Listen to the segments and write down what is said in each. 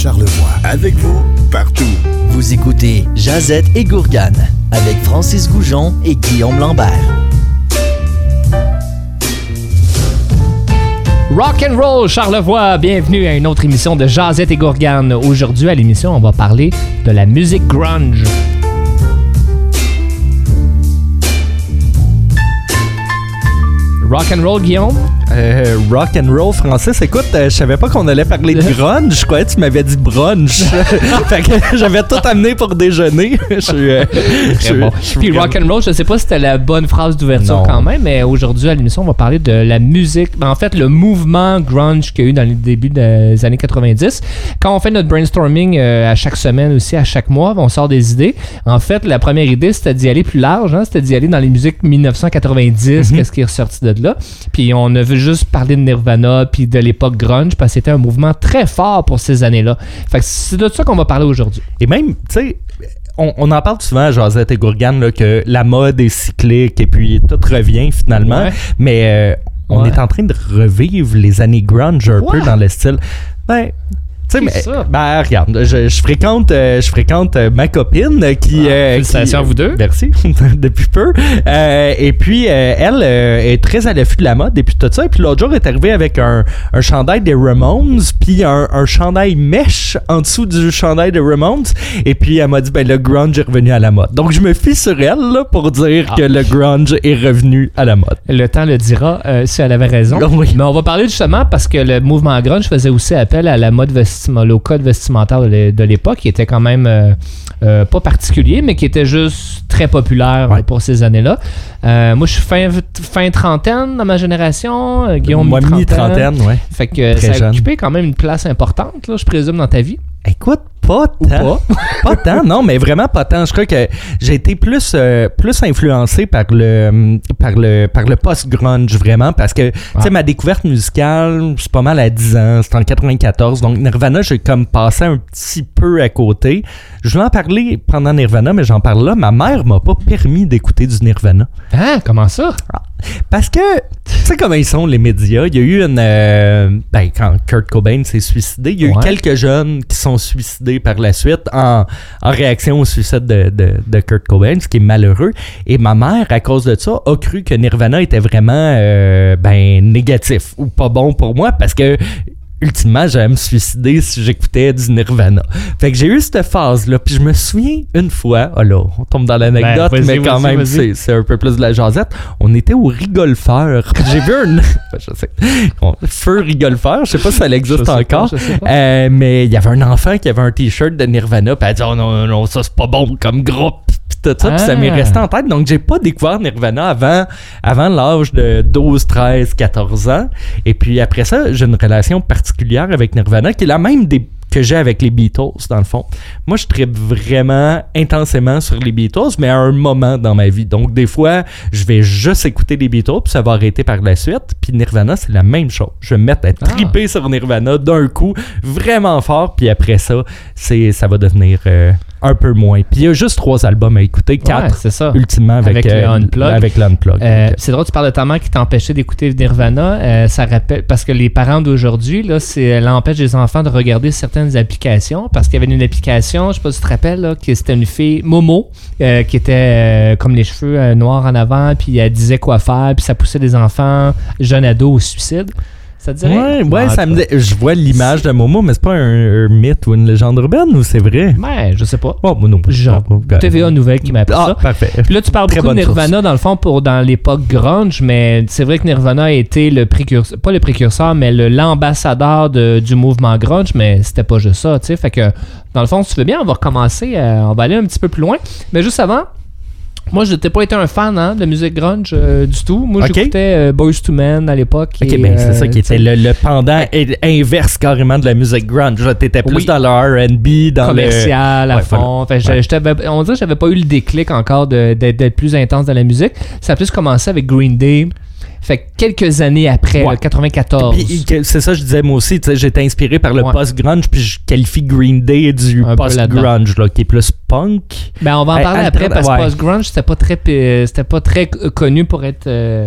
Charlevoix. Avec vous, partout. Vous écoutez Jazette et Gourgane avec Francis Goujon et Guillaume Lambert. Rock and roll Charlevoix, bienvenue à une autre émission de Jazette et Gourgane. Aujourd'hui à l'émission, on va parler de la musique grunge. Rock and roll, Guillaume? Rock and roll, Francis. Écoute, je savais pas qu'on allait parler de grunge. Je croyais que tu m'avais dit brunch. Fait que j'avais tout amené pour déjeuner. Très bon. Puis rock and roll, je sais pas si c'était la bonne phrase d'ouverture quand même, mais aujourd'hui à l'émission, on va parler de la musique. En fait, le mouvement grunge qu'il y a eu dans les débuts des années 90. Quand on fait notre brainstorming à chaque semaine aussi, à chaque mois, on sort des idées. En fait, la première idée, c'était d'y aller plus large. C'était d'y aller dans les musiques 1990, qu'est-ce qui est ressorti de là. Puis on a vu juste parler de Nirvana puis de l'époque grunge parce que c'était un mouvement très fort pour ces années-là. Fait que c'est de ça qu'on va parler aujourd'hui. Et même, tu sais, on en parle souvent à Jazette et Gourgane là, que la mode est cyclique et puis tout revient finalement. Ouais. Mais on est en train de revivre les années grunge un peu dans le style. Regarde, je fréquente ma copine qui... félicitations à vous deux. Merci, depuis peu. Et puis, elle est très à l'affût de la mode et puis tout ça. Et puis l'autre jour, elle est arrivée avec un chandail des Ramones puis un chandail mèche en dessous du chandail des Ramones. Et puis, elle m'a dit, le grunge est revenu à la mode. Donc, je me fie sur elle là, pour dire que le grunge est revenu à la mode. Le temps le dira si elle avait raison. Oui. Mais on va parler justement parce que le mouvement grunge faisait aussi appel à la mode le code vestimentaire de l'époque, qui était quand même pas particulier, mais qui était juste très populaire pour ces années-là. Moi, je suis fin trentaine dans ma génération. Guillaume, moi, mi-trentaine, ouais. Fait que très ça a occupé quand même une place importante, là, je présume, dans ta vie. Écoute, pas tant. Pas tant, non, mais vraiment pas tant. Je crois que j'ai été plus influencé par le post-grunge, vraiment, parce que, tu sais, ma découverte musicale, c'est pas mal à 10 ans, c'était en 94, donc Nirvana, j'ai comme passé un petit peu à côté. Je voulais en parler pendant Nirvana, mais j'en parle là. Ma mère m'a pas permis d'écouter du Nirvana. Ah, comment ça? Parce que, tu sais comment ils sont les médias. Il y a eu quand Kurt Cobain s'est suicidé, il y a eu quelques jeunes qui sont suicidés par la suite en réaction au suicide de Kurt Cobain, ce qui est malheureux. Et ma mère, à cause de ça, a cru que Nirvana était vraiment négatif ou pas bon pour moi parce que ultimement, j'allais me suicider si j'écoutais du Nirvana. Fait que j'ai eu cette phase-là. Puis je me souviens une fois, on tombe dans l'anecdote, mais quand même, c'est un peu plus de la jasette. On était au Rigolfeur. J'ai vu je sais. Feu Rigolfeur, je sais pas si ça existe encore. Mais il y avait un enfant qui avait un t-shirt de Nirvana. Puis elle a dit, non, ça c'est pas bon comme groupe. Tout ça, puis ça m'est resté en tête. Donc, j'ai pas découvert Nirvana avant l'âge de 12, 13, 14 ans. Et puis après ça, j'ai une relation particulière avec Nirvana qui est la même que j'ai avec les Beatles, dans le fond. Moi, je tripe vraiment intensément sur les Beatles, mais à un moment dans ma vie. Donc, des fois, je vais juste écouter les Beatles, puis ça va arrêter par la suite. Puis Nirvana, c'est la même chose. Je vais me mettre à triper sur Nirvana d'un coup, vraiment fort, puis après ça, ça va devenir... un peu moins. Puis il y a juste 3 albums à écouter, 4 c'est ça. Ultimement avec l'Unplug. C'est drôle, tu parles de ta mère qui t'empêchait d'écouter Nirvana. Ça rappelle, parce que les parents d'aujourd'hui, là, elle empêche les enfants de regarder certaines applications, parce qu'il y avait une application, je sais pas si tu te rappelles, là, c'était une fille, Momo, qui était comme les cheveux noirs en avant, puis elle disait quoi faire, puis ça poussait des enfants, jeunes ados au suicide. Ça te dirait? Ouais, ça me dit. Je vois l'image de Momo, mais c'est pas un mythe ou une légende urbaine ou c'est vrai? Ouais, je sais pas. Bon, moi non plus. Genre, TVA Nouvelle qui m'a appris ça. Parfait. Puis là, tu parles beaucoup de Nirvana, dans le fond, dans l'époque grunge, mais c'est vrai que Nirvana a été le précurseur, pas le précurseur, mais l'ambassadeur du mouvement grunge, mais c'était pas juste ça, tu sais. Fait que, dans le fond, si tu veux bien, on va recommencer, on va aller un petit peu plus loin. Mais juste avant, moi, je n'étais pas été un fan de la musique grunge du tout. Moi, j'écoutais Boyz II Men à l'époque. C'est ça qui était le pendant inverse carrément de la musique grunge. T'étais plus dans le R&B, dans commercial à fond. On dirait que j'avais pas eu le déclic encore d'être plus intense dans la musique. Ça a plus commencé avec Green Day. Fait que quelques années après, là, 94. Puis, c'est ça, je disais moi aussi, j'ai été inspiré par le post-grunge, puis je qualifie Green Day du post-grunge, là, qui est plus punk. Ben, on va en parler après, parce que post-grunge, c'était pas très connu pour être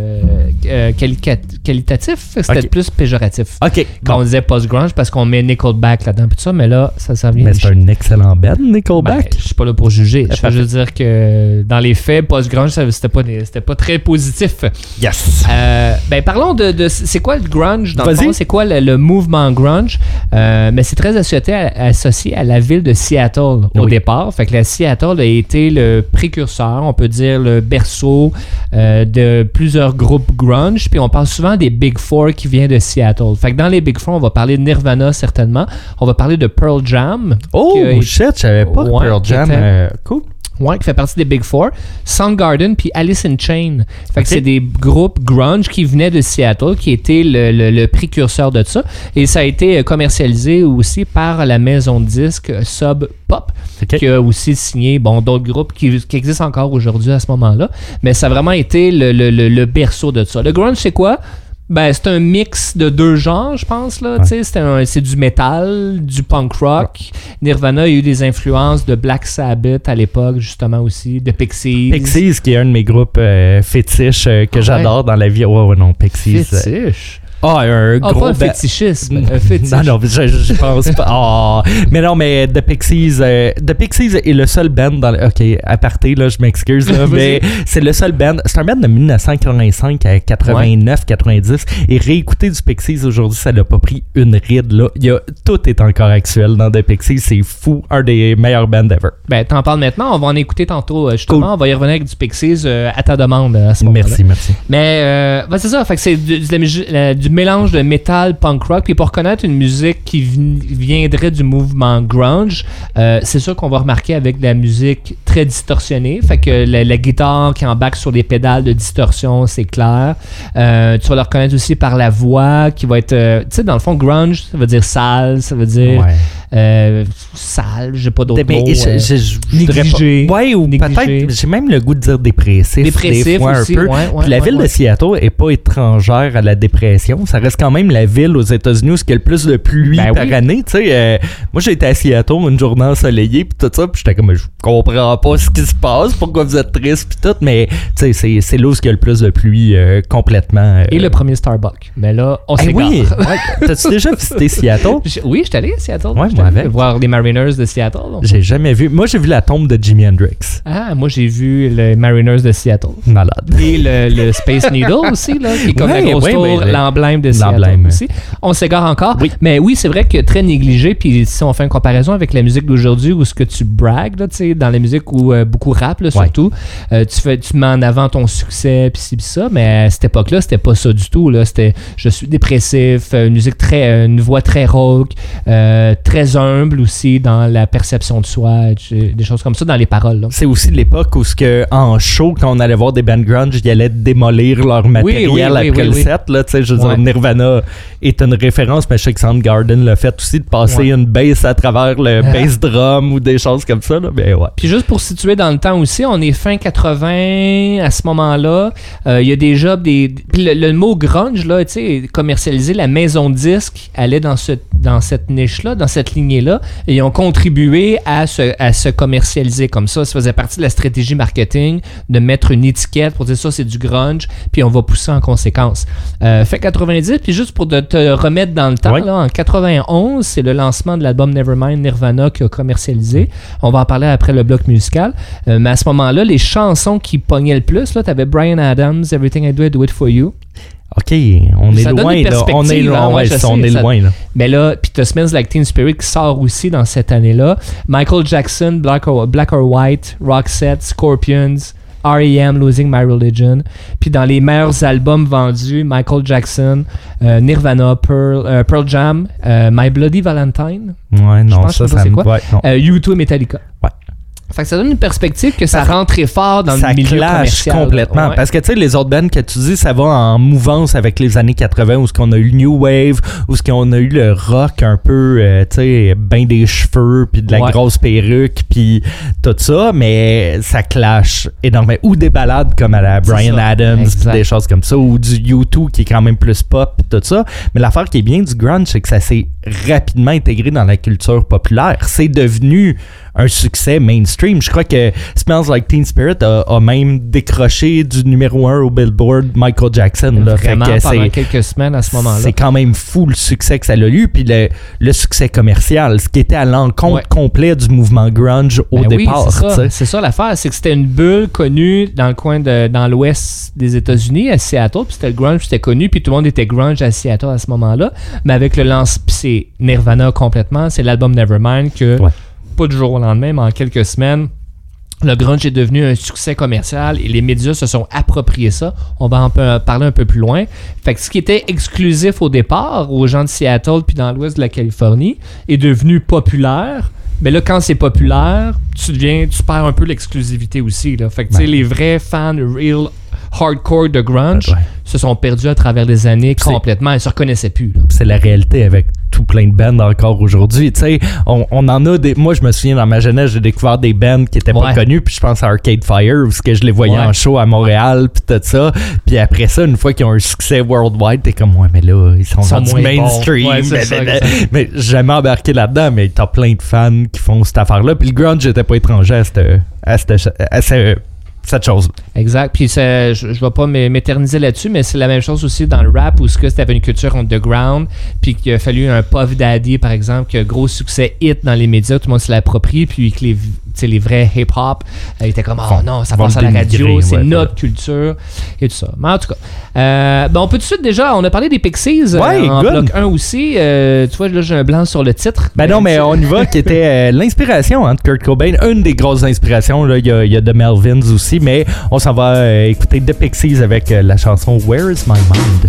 qualitatif, c'était plus péjoratif. Quand on disait post-grunge, parce qu'on met Nickelback là-dedans, puis tout ça, mais là, ça vient. Mais c'est un excellent band, Nickelback. Je suis pas là pour juger. Je veux juste dire que dans les faits, post-grunge, c'était pas très positif. Yes. Ben, parlons de c'est quoi le grunge dans le fond, c'est quoi le mouvement grunge. Mais c'est très associé à la ville de Seattle au départ. Fait que la Seattle a été le précurseur, on peut dire le berceau de plusieurs groupes grunge. Puis on parle souvent des Big Four qui viennent de Seattle. Fait que dans les Big Four, on va parler de Nirvana certainement. On va parler de Pearl Jam. Shit, je savais pas que Pearl Jam. Cool. Ouais, qui fait partie des Big Four. Soundgarden puis Alice in Chains. Fait que c'est des groupes grunge qui venaient de Seattle, qui étaient le précurseur de ça. Et ça a été commercialisé aussi par la maison de disques Sub Pop, qui a aussi signé d'autres groupes qui existent encore aujourd'hui à ce moment-là. Mais ça a vraiment été le berceau de ça. Le grunge, c'est quoi? Ben, c'est un mix de deux genres, je pense, là. Tu sais, c'est du metal, du punk rock. Nirvana a eu des influences de Black Sabbath à l'époque, justement, aussi, de Pixies. Pixies, qui est un de mes groupes fétiches que j'adore dans la vie. Non, Pixies. Fétiche? Un gros... pas un fétichisme, un fétiche. Non, je pense pas. Mais non, mais The Pixies est le seul band dans le... OK, aparté, là, je m'excuse, là, mais c'est le seul band... C'est un band de 1985 à 89, 90, et réécouter du Pixies aujourd'hui, ça l'a pas pris une ride, là. Tout est encore actuel dans The Pixies, c'est fou, un des meilleurs bands ever. Ben, t'en parles maintenant, on va en écouter tantôt, justement, cool. On va y revenir avec du Pixies à ta demande à ce moment-là. Merci. Mais, c'est ça, fait que c'est du mélange de métal, punk rock, puis pour reconnaître une musique qui viendrait du mouvement grunge, c'est sûr qu'on va remarquer avec de la musique très distorsionnée, fait que la guitare qui embarque sur les pédales de distorsion, c'est clair. Tu vas le reconnaître aussi par la voix qui va être, tu sais, dans le fond, grunge, ça veut dire sale, ça veut dire sale, j'ai pas d'autres mots. Négligé. Ouais, ou peut-être, j'ai même le goût de dire dépressif des fois aussi, un peu. Puis la ville de Seattle est pas étrangère à la dépression, ça reste quand même la ville aux États-Unis où il y a le plus de pluie par année. Tu sais, moi, j'ai été à Seattle une journée ensoleillée, puis tout ça, puis j'étais comme, je comprends pas ce qui se passe, pourquoi vous êtes triste, puis tout, mais tu sais, c'est là où il y a le plus de pluie complètement. Et le premier Starbucks. Mais là, on s'égare. Oui, t'as-tu déjà visité Seattle? Oui, je suis allé à Seattle. Ouais, moi avec. Voir les Mariners de Seattle. J'ai jamais vu. Moi, j'ai vu la tombe de Jimi Hendrix. Ah, moi, j'ai vu les Mariners de Seattle. Malade. Et le Space Needle aussi, là, qui est comme la grosse tour, l'emblème de Seattle aussi. On s'égare encore. Oui. Mais oui, c'est vrai que très négligé. Puis si on fait une comparaison avec la musique d'aujourd'hui où ce que tu bragues, là, dans la musique où beaucoup rap, là, surtout, tu mets en avant ton succès, puis ci, puis ça. Mais à cette époque-là, c'était pas ça du tout. Là. C'était je suis dépressif, une voix très rauque, très humble aussi dans la perception de soi, des choses comme ça dans les paroles. Là. C'est aussi l'époque où en show, quand on allait voir des bands grunge, ils allaient démolir leur matériel après le set. Là, je veux dire, Nirvana est une référence, mais je sais que Soundgarden l'a fait aussi, de passer une bass à travers le bass drum ou des choses comme ça. Là, mais Puis juste pour situer dans le temps aussi, on est fin 80 à ce moment-là. Il y a déjà Puis le mot grunge, là, commercialisé, la maison de disques allait dans cette niche-là, dans cette lignée-là, et ils ont contribué à se commercialiser comme ça. Ça faisait partie de la stratégie marketing de mettre une étiquette pour dire ça, c'est du grunge, puis on va pousser en conséquence. Fait 90, puis juste pour te remettre dans le temps, là, en 91, c'est le lancement de l'album Nevermind Nirvana qui a commercialisé. On va en parler après le bloc musical. Mais à ce moment-là, les chansons qui pognaient le plus, là, t'avais Bryan Adams, Everything I Do, I Do It For You. OK, on est loin, là. On est loin, là. Mais là, puis t'as Smells Like Teen Spirit qui sort aussi dans cette année-là. Michael Jackson, Black or White, Roxette, Scorpions, R.E.M. Losing My Religion. Puis dans les meilleurs albums vendus, Michael Jackson, Nirvana, Pearl Jam, My Bloody Valentine. Ouais, non, ça c'est quoi? U2 et Metallica. Ouais. Fait que ça donne une perspective que ça rentre très fort dans le milieu commercial. Ça clash complètement. Parce que, tu sais, les autres bands que tu dis, ça va en mouvance avec les années 80 où on a eu le New Wave, où on a eu le rock un peu, tu sais, ben des cheveux, puis de la grosse perruque, puis tout ça, mais ça clash énormément. Ou des ballades comme à la Bryan Adams, puis des choses comme ça, ou du U2 qui est quand même plus pop, puis tout ça. Mais l'affaire qui est bien du grunge, c'est que ça s'est rapidement intégré dans la culture populaire. C'est devenu un succès mainstream. Je crois que Smells Like Teen Spirit a même décroché du numéro 1 au Billboard Michael Jackson. Là. Vraiment, pendant quelques semaines à ce moment-là. C'est quand même fou le succès que ça a eu, puis le succès commercial, ce qui était à l'encontre complet du mouvement grunge au départ. Oui, c'est ça l'affaire, c'est que c'était une bulle connue dans le coin dans l'ouest des États-Unis, à Seattle, puis c'était le grunge, c'était connu, puis tout le monde était grunge à Seattle à ce moment-là, mais avec le lance, puis c'est Nirvana complètement, c'est l'album Nevermind que... pas du jour au lendemain, mais en quelques semaines, le grunge est devenu un succès commercial et les médias se sont appropriés ça. On va en parler un peu plus loin. Fait que ce qui était exclusif au départ aux gens de Seattle puis dans l'ouest de la Californie est devenu populaire. Mais là, quand c'est populaire, tu perds un peu l'exclusivité aussi. Là. Fait que tu sais, les vrais fans real hardcore de grunge se sont perdus à travers les années complètement. Ils se reconnaissaient plus. Là. C'est la réalité avec tout plein de bands encore aujourd'hui. Tu sais, on en a des... Moi, je me souviens, dans ma jeunesse, j'ai découvert des bands qui étaient pas connus, puis je pense à Arcade Fire, où je les voyais en show à Montréal, puis tout ça. Puis après ça, une fois qu'ils ont un succès worldwide, t'es comme, mais là, ils sont dans du mainstream. Mais j'ai jamais embarqué là-dedans, mais t'as plein de fans qui font cette affaire-là. Puis le grunge, j'étais pas étranger à cette chose. Exact. Puis je vais pas m'éterniser là-dessus, mais c'est la même chose aussi dans le rap où c'était une culture underground, puis qu'il a fallu un Puff Daddy, par exemple, qui a un gros succès hit dans les médias, tout le monde se l'approprie, puis que les vrais hip-hop étaient comme « Oh non, ça passe à la radio, c'est notre culture », et tout ça. Mais en tout cas, on peut tout de suite déjà, on a parlé des Pixies en bloc 1 aussi. Tu vois, là, j'ai un blanc sur le titre. Non, mais on y va, qui était l'inspiration de Kurt Cobain. Une des grosses inspirations, là, il y a The Melvins aussi, mais on s'en va écouter The Pixies avec la chanson Where Is My Mind?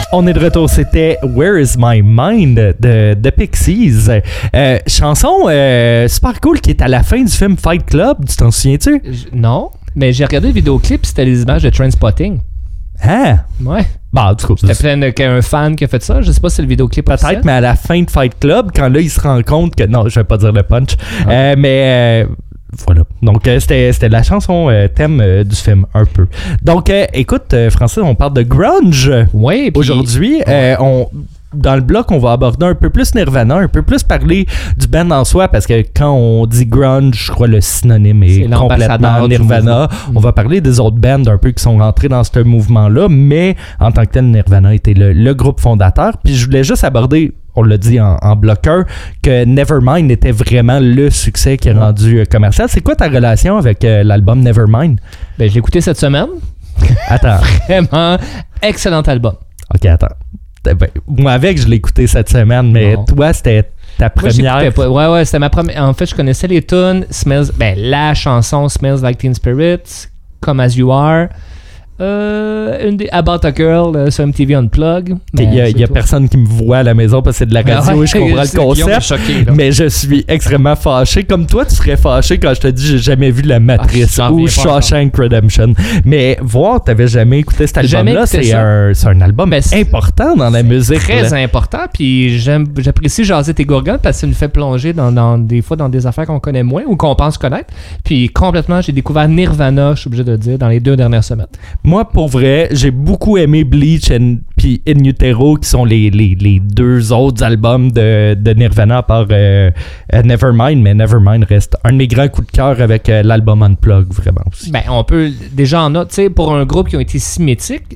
On est de retour, c'était Where is My Mind de Pixies. Chanson super cool qui est à la fin du film Fight Club, tu t'en souviens-tu? Non, mais j'ai regardé le vidéoclip, c'était les images de Trainspotting. Hein? Ouais. Bah, du coup, c'était un fan qui a fait ça. Je sais pas si c'est le vidéoclip peut-être, officiel. Mais à la fin de Fight Club, quand là, il se rend compte que... Non, je vais pas dire le punch. Mais... voilà. Donc, c'était la chanson thème du film, un peu. Donc, écoute, Francis, on parle de grunge. Oui. Aujourd'hui, dans le bloc, on va aborder un peu plus Nirvana, un peu plus parler du band en soi, parce que quand on dit grunge, je crois le synonyme est complètement Nirvana. On va parler des autres bands un peu qui sont rentrés dans ce mouvement-là, mais en tant que tel, Nirvana était le groupe fondateur. Puis je voulais juste aborder, on l'a dit en bloqueur, que Nevermind était vraiment le succès qui est rendu commercial. C'est quoi ta relation avec l'album Nevermind? Ben, je l'ai écouté cette semaine. Attends. Vraiment excellent album. OK, attends. Ben, moi, je l'ai écouté cette semaine, mais toi, c'était ta première. Moi, ouais, c'était ma première. En fait, je connaissais les tunes. La chanson Smells Like Teen Spirit, Come As You Are. About a Girl sur MTV Unplugged. Il y a personne qui me voit à la maison parce que c'est de la radio et je comprends le concept. Choqué, mais je suis extrêmement fâché. Comme toi, tu serais fâché quand je te dis j'ai jamais vu La Matrice ou Shawshank Redemption. Mais t'avais jamais écouté cet album-là. C'est un album important dans la musique. Très important. Puis j'apprécie Jazette et Gourgane parce que ça nous fait plonger des fois dans des affaires qu'on connaît moins ou qu'on pense connaître. Puis complètement, j'ai découvert Nirvana, je suis obligé de le dire, dans les 2 dernières semaines. Moi, pour vrai, j'ai beaucoup aimé Bleach puis In Utero, qui sont les 2 autres albums de Nirvana, à part Nevermind, mais Nevermind reste un de mes grands coups de cœur avec l'album Unplugged, vraiment aussi. Ben, on peut déjà en noter, tu sais, pour un groupe qui ont été si mythiques,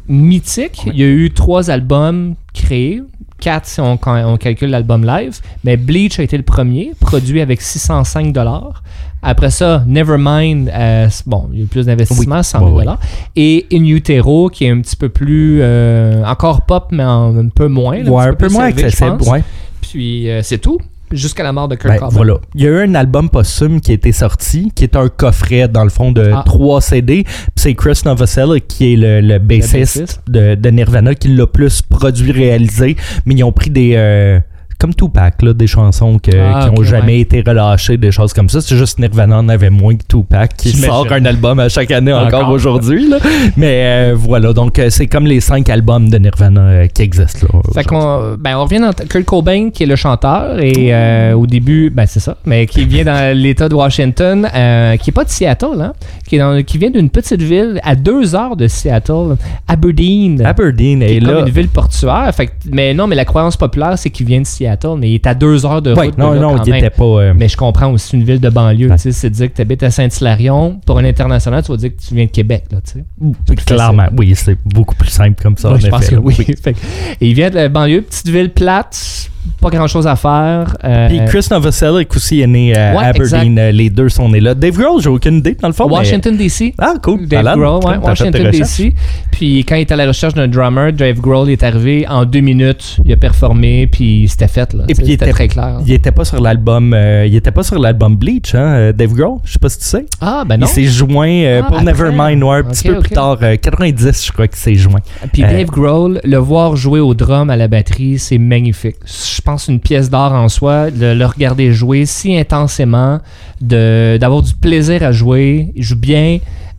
il y a eu 3 albums créés. 4 si on calcule l'album live, mais Bleach a été le premier, produit avec $605. Après ça, Nevermind, il y a eu plus d'investissement, $100 $. Et In Utero, qui est un petit peu plus, encore pop, mais un peu moins. Un peu moins accessible, ouais. Puis c'est tout. Jusqu'à la mort de Kurt Cobain. Voilà. Il y a eu un album posthume qui a été sorti, qui est un coffret, dans le fond, de 3 CD. Puis c'est Chris Novoselic, qui est le bassiste de Nirvana, qui l'a plus produit, réalisé. Mais ils ont pris des... comme Tupac, là, des chansons qui n'ont jamais été relâchées, des choses comme ça. C'est juste Nirvana en avait moins que Tupac, qui sort un album à chaque année encore aujourd'hui. Là. Mais voilà, donc c'est comme les 5 albums de Nirvana qui existent. Là, fait qu'on revient dans Kurt Cobain, qui est le chanteur, et au début, c'est ça, mais qui vient dans l'État de Washington, qui n'est pas de Seattle, hein, qui vient d'une petite ville à 2 heures de Seattle, Aberdeen. Aberdeen, qui est là, comme une ville portuaire. Mais la croyance populaire, c'est qu'il vient de Seattle. Mais il est à 2 heures de route. Il était pas. Mais je comprends aussi une ville de banlieue. Ouais. C'est dire que tu habites à Saint-Hilarion. Pour un international, tu vas dire que tu viens de Québec. Là, clairement, oui, c'est beaucoup plus simple comme ça. Je pense que oui. Et il vient de la banlieue, petite ville plate. Pas grand chose à faire. Puis Chris Novoselic aussi est né à Aberdeen. Les 2 sont nés là. Dave Grohl, j'ai aucune idée dans le fond. Washington DC. Ah, cool. Dave Grohl, Washington DC. Puis quand il était à la recherche d'un drummer, Dave Grohl est arrivé en 2 minutes. Il a performé, puis c'était fait. Là. Et puis c'était très clair. Il était pas sur l'album. Il était pas sur l'album Bleach, hein, Dave Grohl. Je sais pas si tu sais. Ah, ben non. Il s'est joint pour Nevermind, un petit peu plus tard. 90, je crois qu'il s'est joint. Puis Dave Grohl, le voir jouer au drum, à la batterie, c'est magnifique. Je pense une pièce d'art en soi, de le regarder jouer si intensément, d'avoir du plaisir à jouer. Il joue bien,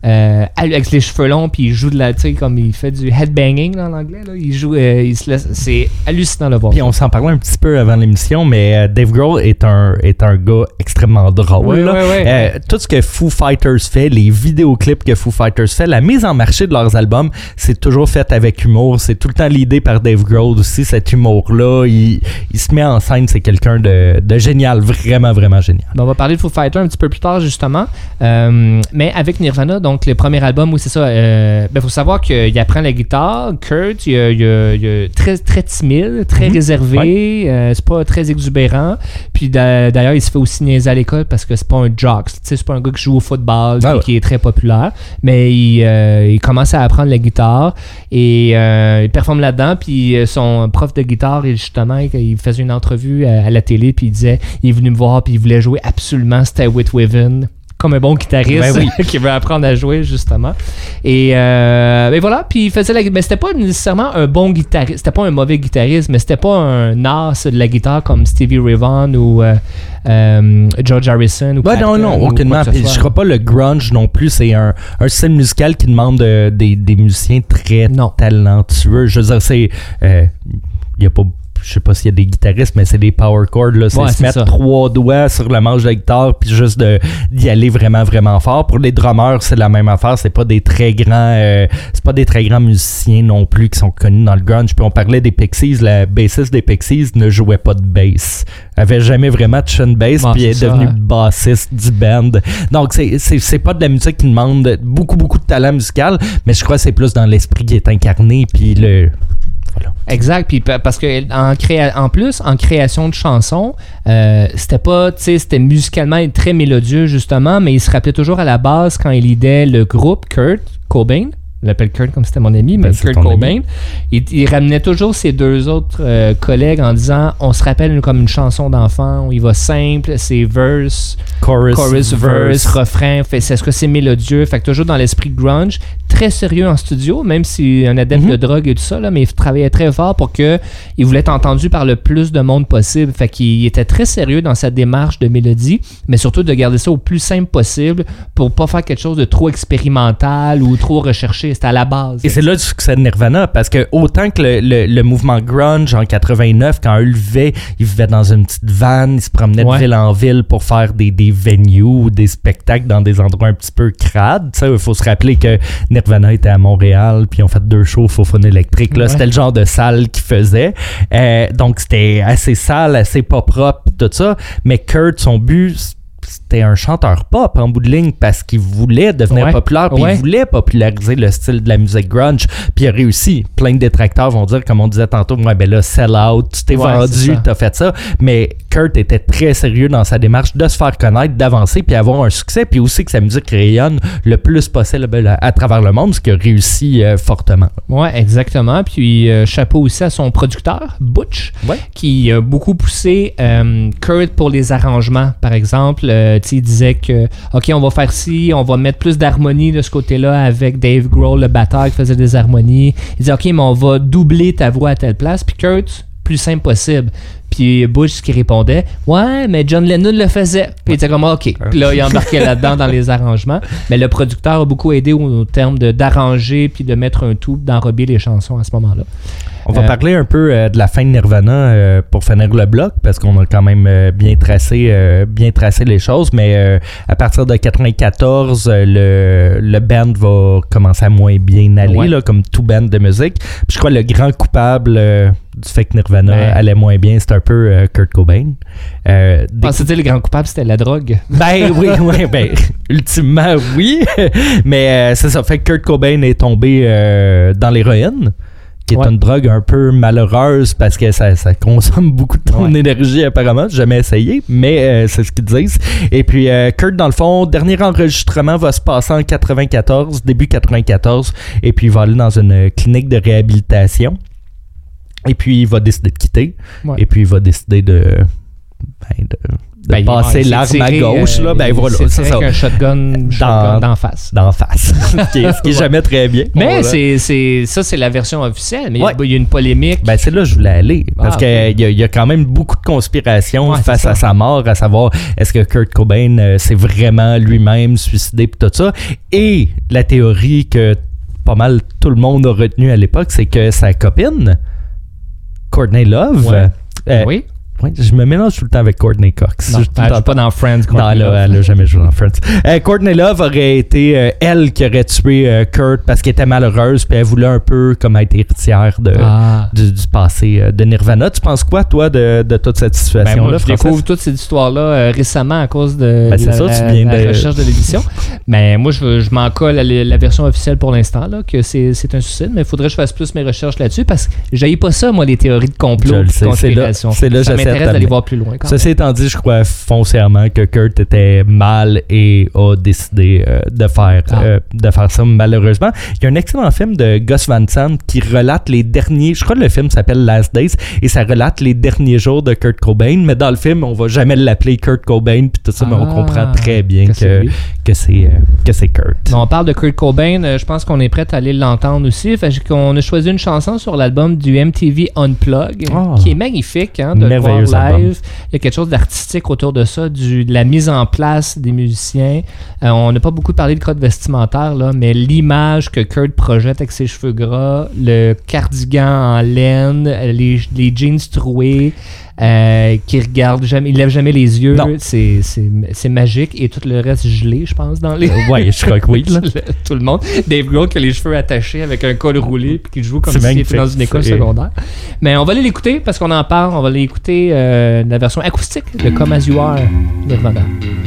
avec les cheveux longs, puis il joue de la, tu sais, comme il fait du headbanging là, en anglais. Là. Il joue, il se laisse, c'est hallucinant de le voir. Puis on s'en parlait un petit peu avant l'émission, mais Dave Grohl est un gars extrêmement drôle. Oui. Tout ce que Foo Fighters fait, les vidéoclips que Foo Fighters fait, la mise en marché de leurs albums, c'est toujours fait avec humour. C'est tout le temps l'idée par Dave Grohl aussi, cet humour-là. Il se met en scène, c'est quelqu'un de génial, vraiment, vraiment génial. On va parler de Foo Fighters un petit peu plus tard, justement. Mais avec Nirvana, donc le premier album, oui, c'est ça. Faut savoir qu'il apprend la guitare. Kurt, il est très, très timide, très réservé. C'est pas très exubérant. Puis d'ailleurs, il se fait aussi niaiser à l'école parce que c'est pas un jock. C'est pas un gars qui joue au football qui est très populaire. Mais il commence à apprendre la guitare et il performe là-dedans. Puis son prof de guitare, justement, il faisait une entrevue à la télé. Puis il disait, il est venu me voir puis il voulait jouer absolument Stay With Within comme un bon guitariste qui veut apprendre à jouer, justement. Et voilà, puis il faisait mais c'était pas nécessairement un bon guitariste, c'était pas un mauvais guitariste, mais c'était pas un as de la guitare comme Stevie Ray Vaughan ou George Harrison ou Clapton, non, aucunement. Puis je crois pas le grunge non plus, c'est un style musical qui demande des musiciens très talentueux. Je veux dire, c'est... il y a pas... Je sais pas s'il y a des guitaristes, mais c'est des power chords. Là. C'est se mettre 3 doigts sur le manche de la guitare puis juste d'y aller vraiment, vraiment fort. Pour les drummers, c'est la même affaire. C'est pas des très grands musiciens non plus qui sont connus dans le grunge. Puis on parlait des Pixies. La bassiste des Pixies ne jouait pas de bass. Elle avait jamais vraiment touché une bass puis elle est devenue bassiste du band. Donc c'est pas de la musique qui demande beaucoup, beaucoup de talent musical, mais je crois que c'est plus dans l'esprit qui est incarné puis le... Voilà. Exact, puis parce que en plus, en création de chansons, c'était musicalement très mélodieux justement, mais il se rappelait toujours à la base quand il lidait le groupe Kurt Cobain. Je l'appelle Kurt comme c'était mon ami, mais Kurt Cobain. Il ramenait toujours ses 2 autres collègues en disant on se rappelle comme une chanson d'enfant où il va simple, c'est verse, chorus, verse, refrain. Est-ce que c'est mélodieux? Fait que toujours dans l'esprit grunge, très sérieux en studio, même si un adepte de drogue et tout ça, là, mais il travaillait très fort pour qu'il voulait être entendu par le plus de monde possible. Fait qu'il était très sérieux dans sa démarche de mélodie, mais surtout de garder ça au plus simple possible pour pas faire quelque chose de trop expérimental ou trop recherché. C'était à la base. Et c'est là du succès de Nirvana, parce que autant que le mouvement grunge en 89, quand eux levaient, ils vivaient dans une petite van, ils se promenaient de ville en ville pour faire des venues ou des spectacles dans des endroits un petit peu crades. Il faut se rappeler que Nirvana était à Montréal, puis ils ont fait 2 shows au Faux-Fun électrique. Là, c'était le genre de salle qu'ils faisaient. Donc c'était assez sale, assez pas propre, tout ça. Mais Kurt, son but, c'était un chanteur pop en bout de ligne parce qu'il voulait devenir populaire, puis il voulait populariser le style de la musique grunge, puis il a réussi. Plein de détracteurs vont dire, comme on disait tantôt, ben là, sell out, tu t'es vendu, t'as fait ça. Mais Kurt était très sérieux dans sa démarche de se faire connaître, d'avancer, puis avoir un succès, puis aussi que sa musique rayonne le plus possible à travers le monde, ce qui a réussi fortement. Oui, exactement. Puis chapeau aussi à son producteur, Butch, qui a beaucoup poussé Kurt pour les arrangements, par exemple. Il disait que, OK, on va faire ci, on va mettre plus d'harmonie de ce côté-là avec Dave Grohl, le batteur qui faisait des harmonies. Il disait, OK, mais on va doubler ta voix à telle place. Puis Kurt, plus simple possible. Puis Bush qui répondait, ouais, mais John Lennon le faisait. Puis il était comme, OK. Puis là, il embarquait là-dedans dans les arrangements. Mais le producteur a beaucoup aidé au terme d'arranger puis de mettre un tout, d'enrober les chansons à ce moment-là. On va parler un peu de la fin de Nirvana pour finir le bloc, parce qu'on a quand même bien tracé les choses, mais à partir de 94, le band va commencer à moins bien aller, là, comme tout band de musique. Puis je crois que le grand coupable du fait que Nirvana allait moins bien, c'est un peu Kurt Cobain. Pensais-tu le grand coupable, c'était la drogue? Ben oui, ultimement oui, mais c'est ça, fait que Kurt Cobain est tombé dans l'héroïne, qui est une drogue un peu malheureuse parce que ça consomme beaucoup de ton énergie apparemment. J'ai jamais essayé, mais c'est ce qu'ils disent. Et puis Kurt, dans le fond, dernier enregistrement va se passer en 94, début 94, et puis il va aller dans une clinique de réhabilitation. Et puis il va décider de quitter. Et puis il va décider de passer l'arme à gauche, là, voilà, c'est ça. Avec un shotgun d'en face. D'en face. ce qui est jamais très bien. Mais c'est la version officielle. Mais il y a une polémique. C'est là que je voulais aller. Parce qu'il y a quand même beaucoup de conspirations face à sa mort, à savoir, est-ce que Kurt Cobain s'est vraiment lui-même suicidé et tout ça. Et la théorie que pas mal tout le monde a retenue à l'époque, c'est que sa copine, Courtney Love, oui, je me mélange tout le temps avec Courtney Cox. Non, elle joue pas dans Friends. Non, elle a jamais joué dans Friends. Courtney Love aurait été elle qui aurait tué Kurt parce qu'elle était malheureuse puis elle voulait un peu comme être héritière du passé de Nirvana. Tu penses quoi, toi, de toute cette situation-là? Moi, je découvre toutes ces histoires-là récemment à cause de la recherche de l'édition. Mais moi, je m'en colle à la version officielle pour l'instant, là, que c'est un suicide, mais il faudrait que je fasse plus mes recherches là-dessus parce que j'haïs pas ça, moi, les théories de complot, de conspiration. C'est là, l'intérêt d'aller voir plus loin. Ceci étant dit, je crois foncièrement que Kurt était mal et a décidé de faire ça malheureusement. Il y a un excellent film de Gus Van Sant qui relate les derniers, je crois que le film s'appelle Last Days, et ça relate les derniers jours de Kurt Cobain, mais dans le film, on va jamais l'appeler Kurt Cobain, puis tout ça, mais on comprend très bien que c'est Kurt. Bon, on parle de Kurt Cobain, je pense qu'on est prêt à aller l'entendre aussi. Fait qu'on a choisi une chanson sur l'album du MTV Unplugged, qui est magnifique, de le voir live. Album. Il y a quelque chose d'artistique autour de ça, de la mise en place des musiciens. On n'a pas beaucoup parlé de code vestimentaire, là, mais l'image que Kurt projette avec ses cheveux gras, le cardigan en laine, les jeans troués, qui regarde jamais, il lève jamais les yeux, c'est magique, et tout le reste gelé, je pense, dans les... Ouais, je crois que oui. Là. Tout le monde. Dave Grohl qui a les cheveux attachés avec un col roulé puis qui joue comme s'il était dans une école secondaire. Mais on va aller l'écouter parce qu'on en parle. On va aller écouter la version acoustique de Come As You Are, Nirvana.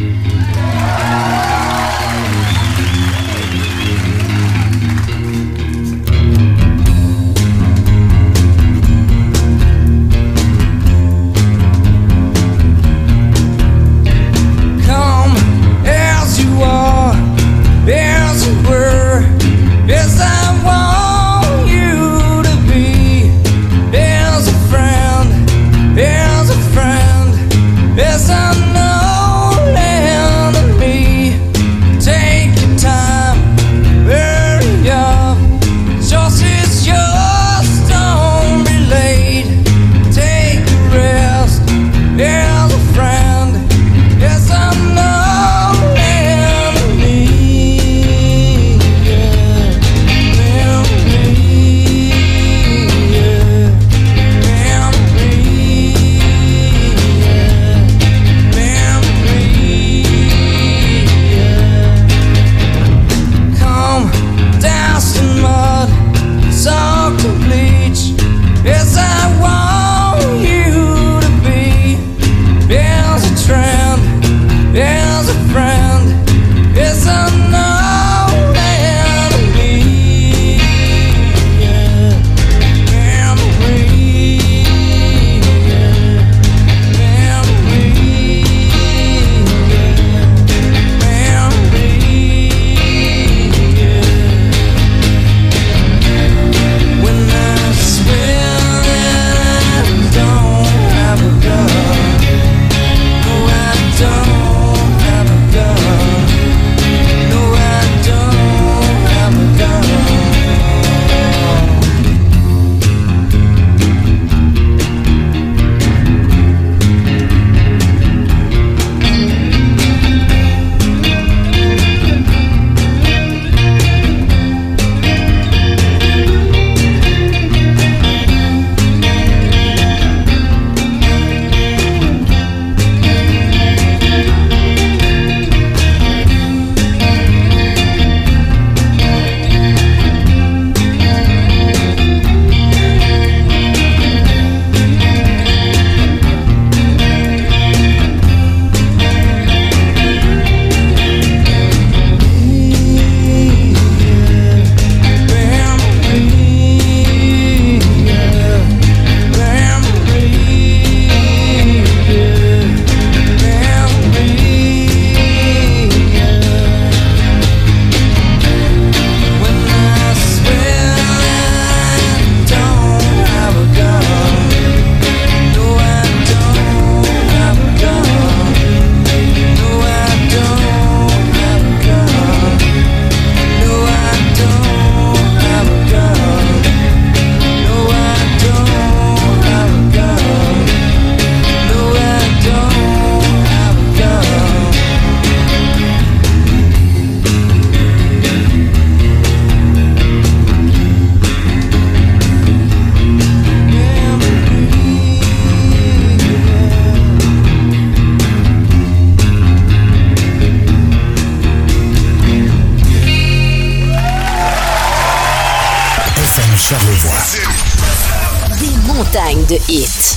Des montagnes de hits.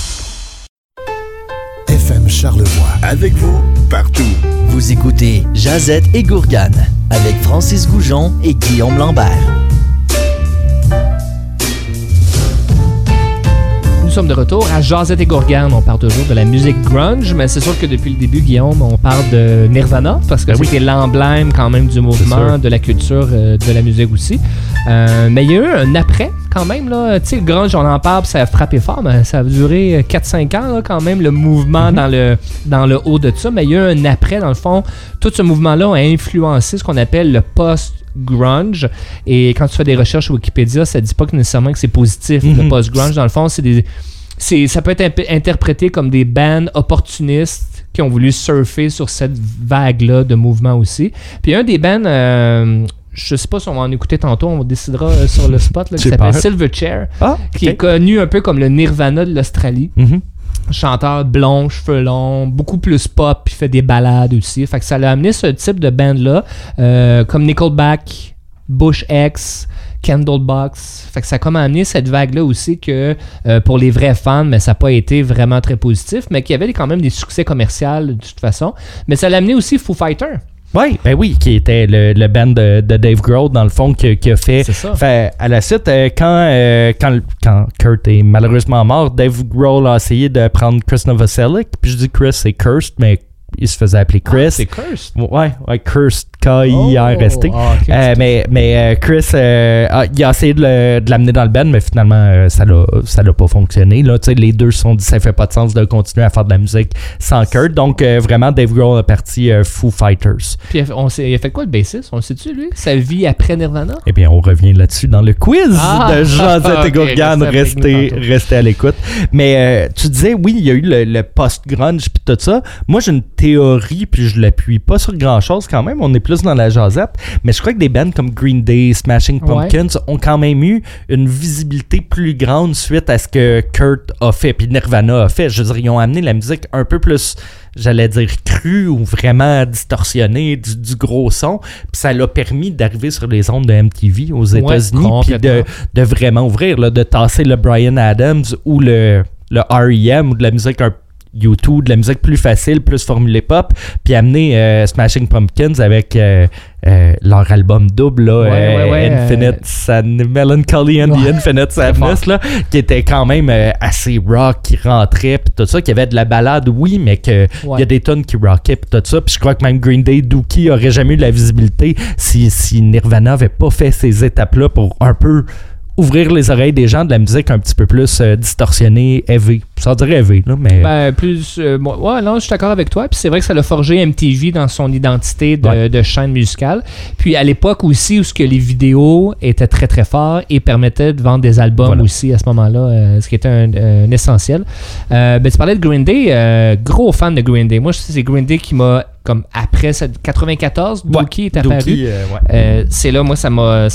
FM Charlevoix. Avec vous, partout. Vous écoutez Jazette et Gourgane avec Francis Goujon et Guillaume Lambert. sommes de retour à Jazette et Gourgane. On parle toujours de la musique grunge, mais c'est sûr que depuis le début, Guillaume, on parle de Nirvana, parce que c'était l'emblème quand même du mouvement, de la culture, de la musique aussi. Mais il y a eu un après, quand même, là. Tu sais, le grunge, on en parle, puis ça a frappé fort, mais ça a duré 4-5 ans, là, quand même, le mouvement dans le haut de ça. Mais il y a eu un après, dans le fond. Tout ce mouvement-là a influencé ce qu'on appelle le post-grunge. Et quand tu fais des recherches sur Wikipédia, ça dit pas que nécessairement que c'est positif. Le post-grunge, dans le fond, ça peut être interprété comme des bands opportunistes qui ont voulu surfer sur cette vague-là de mouvement aussi. Puis un des bands... je sais pas si on va en écouter tantôt, on décidera sur le spot, là, qui s'appelle Silverchair, qui est connu un peu comme le Nirvana de l'Australie. Chanteur blond, cheveux longs, beaucoup plus pop, puis fait des ballades aussi. Fait que ça l'a amené ce type de band-là, comme Nickelback, Bush X, Candlebox. Fait que ça a comme amené cette vague-là aussi que pour les vrais fans, mais ça n'a pas été vraiment très positif, mais qui avait quand même des succès commerciaux de toute façon. Mais ça l'a amené aussi Foo Fighters. Oui, ben oui, qui était le band de Dave Grohl, dans le fond, qui a fait... C'est ça. Fait, à la suite, quand Kurt est malheureusement mort, Dave Grohl a essayé de prendre Chris Novoselic, puis je dis Chris, c'est Cursed, mais il se faisait appeler Chris. C'est Cursed? Ouais, Cursed, K-I-R-S-T. Okay. Mais Chris, il a essayé de l'amener dans le band, mais finalement, ça l'a pas fonctionné. Là, les deux se sont dit ça fait pas de sens de continuer à faire de la musique sans Kurt. Donc, vraiment, Dave Grohl a parti Foo Fighters. Puis, il a fait quoi le bassiste? On le sait-tu, lui? Sa vie après Nirvana? Eh bien, on revient là-dessus dans le quiz de Jazette et Gourgane. Restez à l'écoute. Mais tu disais, oui, il y a eu le post-grunge puis tout ça. Moi, j'ai une théorie, puis je l'appuie pas sur grand-chose quand même. On est plus dans la jasette. Mais je crois que des bands comme Green Day, Smashing Pumpkins ont quand même eu une visibilité plus grande suite à ce que Kurt a fait, puis Nirvana a fait. Je veux dire, ils ont amené la musique un peu plus, j'allais dire, crue ou vraiment distorsionnée, du gros son. Puis ça l'a permis d'arriver sur les ondes de MTV aux États-Unis, puis de vraiment ouvrir, là, de tasser le Bryan Adams ou le R.E.M. ou de la musique un peu U2, de la musique plus facile, plus formulée pop, puis amener Smashing Pumpkins avec leur album double, là, Infinite Melancholy and the Infinite Sadness, là, qui était quand même assez rock, qui rentrait, puis tout ça, qui avait de la ballade, oui, mais qu'il y a des tonnes qui rockaient, puis tout ça, puis je crois que même Green Day, Dookie aurait jamais eu la visibilité si Nirvana avait pas fait ces étapes-là pour un peu ouvrir les oreilles des gens de la musique un petit peu plus distorsionnée, heavy. Ça dirait heavy, là, mais... Ben, plus... non, je suis d'accord avec toi. Puis c'est vrai que ça l'a forgé MTV dans son identité de chaîne musicale. Puis à l'époque aussi, où ce que les vidéos étaient très, très forts et permettaient de vendre des albums aussi à ce moment-là, ce qui était un essentiel. Tu parlais de Green Day. Gros fan de Green Day. Moi, c'est Green Day qui m'a... Comme après 94, Dookie est apparu. C'est là, moi, ça m'a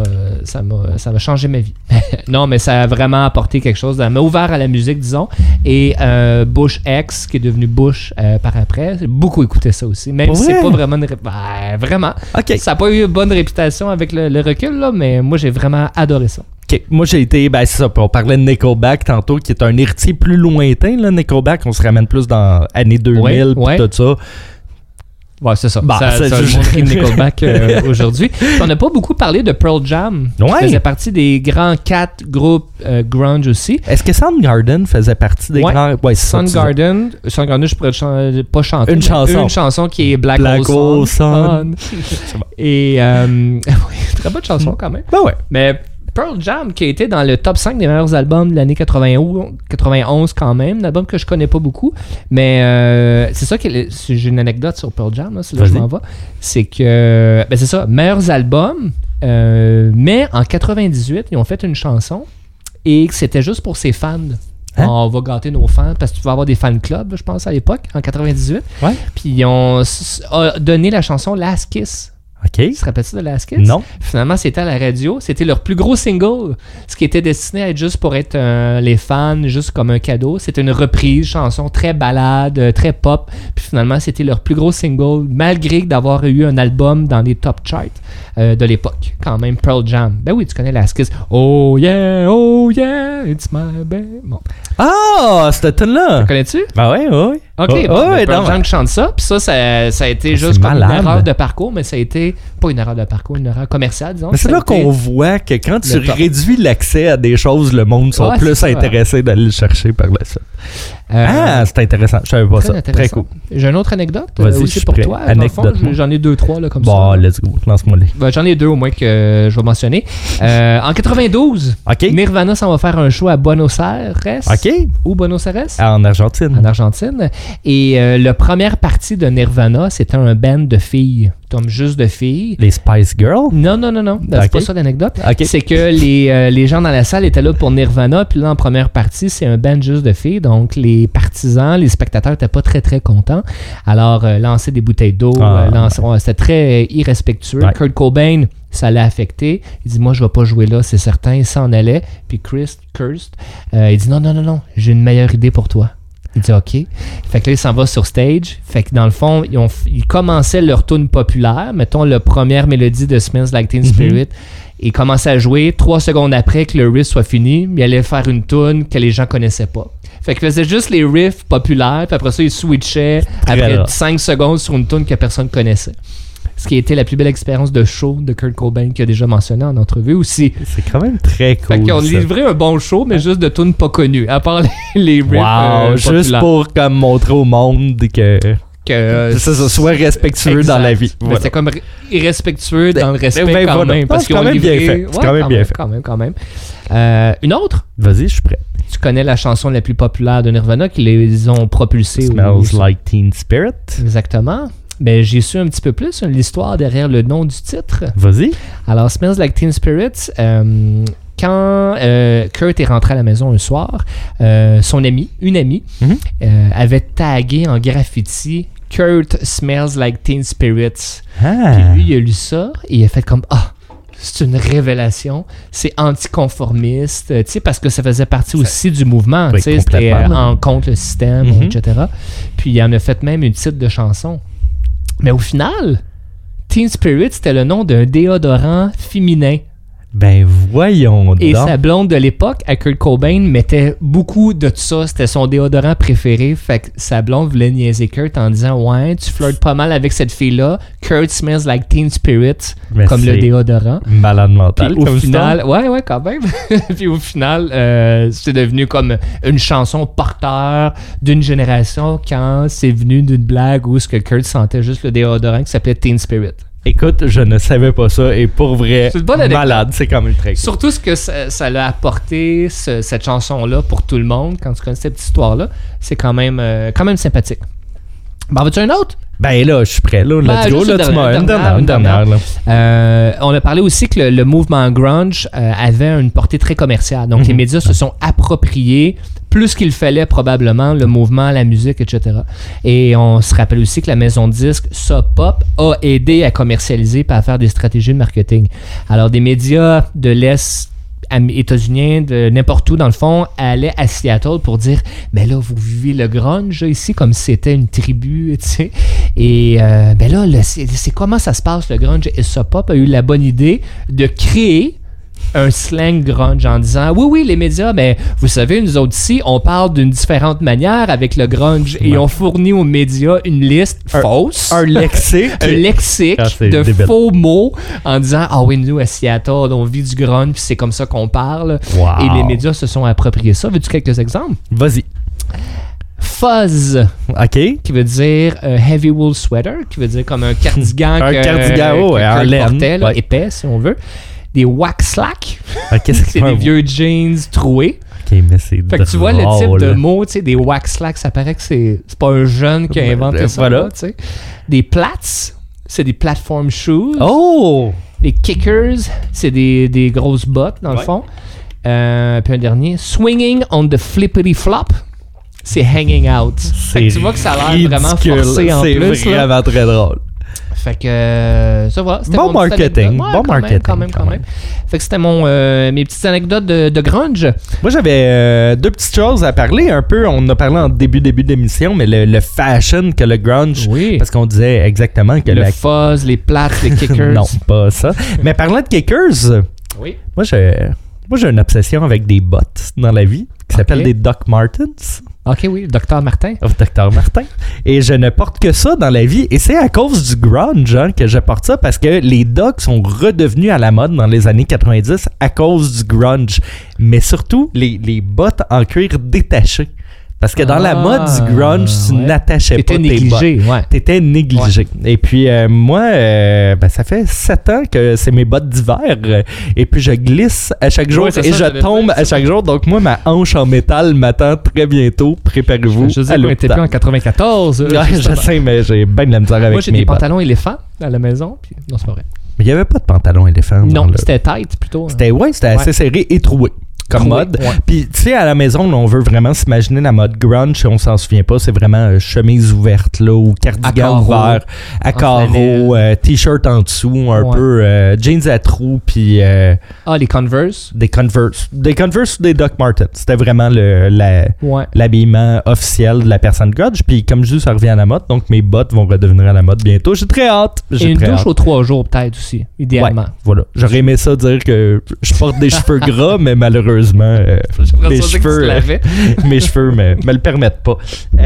changé ma vie. Non, mais ça a vraiment apporté quelque chose. Ça m'a ouvert à la musique, disons. Et Bush X, qui est devenu Bush par après, j'ai beaucoup écouté ça aussi. Même si c'est pas vraiment une vraiment. Okay. Ça n'a pas eu une bonne réputation avec le recul, là, mais moi, j'ai vraiment adoré ça. Okay. Moi, j'ai été... Ben, c'est ça. On parlait de Nickelback tantôt, qui est un héritier plus lointain, là, Nickelback. On se ramène plus dans années 2000 puis tout ça. Ouais, c'est ça. Ça a montré Nickelback aujourd'hui. On n'a pas beaucoup parlé de Pearl Jam, qui faisait partie des grands 4 groupes grunge aussi. Est-ce que Soundgarden faisait partie des grands... Ouais, Soundgarden, je pourrais pas chanter. Une chanson qui est Black Hole Sun. Et... très bonne chanson quand même. Ben ouais. Mais... Pearl Jam, qui a été dans le top 5 des meilleurs albums de l'année 91 quand même, un album que je connais pas beaucoup, mais c'est ça que j'ai une anecdote sur Pearl Jam, là, c'est là que je m'en vais, c'est que, c'est ça, meilleurs albums, mais en 98, ils ont fait une chanson et c'était juste pour ses fans. Hein? On va gâter nos fans parce que tu vas avoir des fan clubs, je pense, à l'époque, en 98. Ouais. Puis ils ont donné la chanson Last Kiss. OK. Tu te rappelles-tu de Last Kiss? Non. Finalement, c'était à la radio. C'était leur plus gros single, ce qui était destiné à être juste pour être les fans, juste comme un cadeau. C'était une reprise, chanson très balade, très pop. Puis finalement, c'était leur plus gros single, malgré d'avoir eu un album dans les top charts de l'époque. Quand même, Pearl Jam. Ben oui, tu connais Last Kiss. Oh yeah, it's my baby. Bon. Ah, cette tune-là! Tu connais-tu? Ben oui. OK, Pearl Jam chante ça. Puis ça a été juste comme une erreur de parcours, mais ça a été pas une erreur de parcours, une erreur commerciale, disons. Mais c'est là qu'on voit que quand tu réduis l'accès à des choses, le monde sont plus intéressés d'aller le chercher par la suite. C'est intéressant. Je savais pas ça. Très cool. J'ai une autre anecdote Vas-y, aussi pour toi. Anecdote. J'en ai 2-3 là, comme ça. Bon, let's go. Lance-moi les. J'en ai 2 au moins que je vais mentionner. En 92, Nirvana s'en va faire un show à Buenos Aires. Où Buenos Aires? En Argentine. En Argentine. Et la première partie de Nirvana, c'était un band de filles. Comme juste de filles. Les Spice Girls? Non. C'est pas ça l'anecdote. C'est que les gens dans la salle étaient là pour Nirvana. Puis là, en première partie, c'est un band juste de filles. Donc, les partisans, les spectateurs n'étaient pas très, très contents. Alors, lancer des bouteilles d'eau, c'était très irrespectueux. Ouais. Kurt Cobain, ça l'a affecté. Il dit, moi, je vais pas jouer là, c'est certain. Il s'en allait. Puis Kirst, il dit, non, j'ai une meilleure idée pour toi. Il dit OK. Fait que là, il s'en va sur stage. Fait que dans le fond, ils commençaient leur tune populaire. Mettons, la première mélodie de Smells Like Teen Spirit. Ils commençaient à jouer. 3 secondes après que le riff soit fini, ils allaient faire une tune que les gens connaissaient pas. Fait qu'ils faisaient juste les riffs populaires. Puis après ça, ils switchaient après 5 secondes sur une tune que personne connaissait. Ce qui a été la plus belle expérience de show de Kurt Cobain qu'il a déjà mentionné en entrevue aussi. C'est quand même très cool. Fait qu'on livrait un bon show, mais juste de tunes pas connues, à part les riffs juste pour comme montrer au monde que ça soit respectueux dans la vie. Voilà. C'était comme irrespectueux dans le respect quand même. Parce c'est quand même bien fait. C'est quand même bien fait. Quand même. Une autre? Vas-y, je suis prêt. Tu connais la chanson la plus populaire de Nirvana qui les ont propulsés. Smells Like Teen Spirit. Exactement. Ben, j'ai su un petit peu plus l'histoire derrière le nom du titre. Vas-y. Alors, Smells Like Teen Spirit, quand Kurt est rentré à la maison un soir, une amie, avait tagué en graffiti Kurt Smells Like Teen Spirit. Puis lui, il a lu ça et il a fait comme c'est une révélation, c'est anticonformiste, tu sais, parce que ça faisait partie aussi du mouvement, tu sais, c'était en contre le système, etc. Puis il en a fait même une titre de chanson. Mais au final, Teen Spirit, c'était le nom d'un déodorant féminin. Ben voyons donc. Et sa blonde de l'époque, à Kurt Cobain, mettait beaucoup de ça. C'était son déodorant préféré. Fait que sa blonde voulait niaiser Kurt en disant « Ouais, tu flirtes pas mal avec cette fille-là. Kurt smells like Teen Spirit. » Comme le déodorant. Malade mental. Puis au final, ouais, quand même. Puis au final, c'est devenu comme une chanson porteur d'une génération quand c'est venu d'une blague où ce que Kurt sentait juste le déodorant qui s'appelait Teen Spirit. Écoute, je ne savais pas ça et pour vrai, malade, c'est quand même très cool. Surtout ce que ça l'a apporté, cette chanson-là, pour tout le monde, quand tu connais cette petite histoire-là, c'est quand même sympathique. Ben, veux-tu un autre? Ben là, je suis prêt. Là, let's go. Là, tu m'as une dernière. On a parlé aussi que le mouvement grunge avait une portée très commerciale. Donc, les médias se sont appropriés plus qu'il fallait probablement le mouvement, la musique, etc. Et on se rappelle aussi que la maison de disques Sub Pop a aidé à commercialiser et à faire des stratégies de marketing. Alors, des médias de l'Est états-uniens, de n'importe où dans le fond, allaient à Seattle pour dire mais là vous vivez le grunge ici comme si c'était une tribu, tu sais, et ben là c'est comment ça se passe le grunge, et Sub Pop a eu la bonne idée de créer un slang grunge en disant oui les médias, mais vous savez, nous autres ici on parle d'une différente manière avec le grunge, et on fournit aux médias une liste fausse, un lexique de faux mots en disant oui, nous à Seattle on vit du grunge puis c'est comme ça qu'on parle. Et les médias se sont appropriés ça. Veux-tu quelques exemples? Vas-y. Fuzz, qui veut dire heavy wool sweater, qui veut dire comme un cardigan en laine, épais si on veut. Des wax slack, c'est des vieux jeans troués. Mais c'est fait que tu vois le type de mot, tu sais, des wax slack, ça paraît que c'est pas un jeune qui a inventé ça. Voilà. Tu sais. Des plats, c'est des platform shoes. Des kickers, c'est des grosses bottes dans le fond. Puis un dernier, swinging on the flippity flop. C'est hanging out. Fait que tu vois que ça a l'air vraiment forcé en plus. C'est vraiment très drôle. Fait que ça va. C'était bon marketing. Bon marketing. Quand même. Fait que c'était mes petites anecdotes de grunge. Moi, j'avais deux petites choses à parler. Un peu, on en a parlé en début d'émission, mais le fashion que le grunge. Oui. Parce qu'on disait exactement que le fuzz, les plats, les kickers. Non, pas ça. Mais parlant de kickers, oui. Moi, Moi, j'ai une obsession avec des bottes dans la vie qui s'appellent des Doc Martens. OK, oui, Dr. Martin. Dr. Martin. Et je ne porte que ça dans la vie. Et c'est à cause du grunge que je porte ça parce que les Docs sont redevenus à la mode dans les années 90 à cause du grunge. Mais surtout, les bottes en cuir détachées. Parce que dans la mode du grunge, tu n'attachais pas tes bottes. Ouais. T'étais négligé. Ouais. Et puis moi, ça fait 7 ans que c'est mes bottes d'hiver. Et puis je glisse à chaque jour et je tombe à chaque jour. Donc moi, ma hanche en métal m'attend très bientôt. Préparez-vous. Je sais qu'on était plus en 94. Ouais, je sais, mais j'ai bien de la misère avec mes bottes. Moi, j'ai des pantalons éléphants à la maison. Puis... Non, c'est pas vrai. Mais il n'y avait pas de pantalon éléphant. Non, c'était tight plutôt. C'était assez serré et troué. Comme mode. Ouais. Puis, tu sais, à la maison, là, on veut vraiment s'imaginer la mode grunge. Si on s'en souvient pas, c'est vraiment chemise ouverte, là, ou cardigan ouvert, à carreaux, t-shirt en dessous, un peu jeans à trous, puis... les Converse. Des Converse ou des Doc Martens. C'était vraiment l'habillement officiel de la personne grunge. Puis, comme je dis, ça revient à la mode. Donc, mes bottes vont redevenir à la mode bientôt. J'ai très hâte. Et une douche aux 3 jours, peut-être aussi, idéalement. Ouais, voilà. J'aurais aimé ça dire que je porte des cheveux gras, mais malheureusement, mes cheveux me le permettent pas.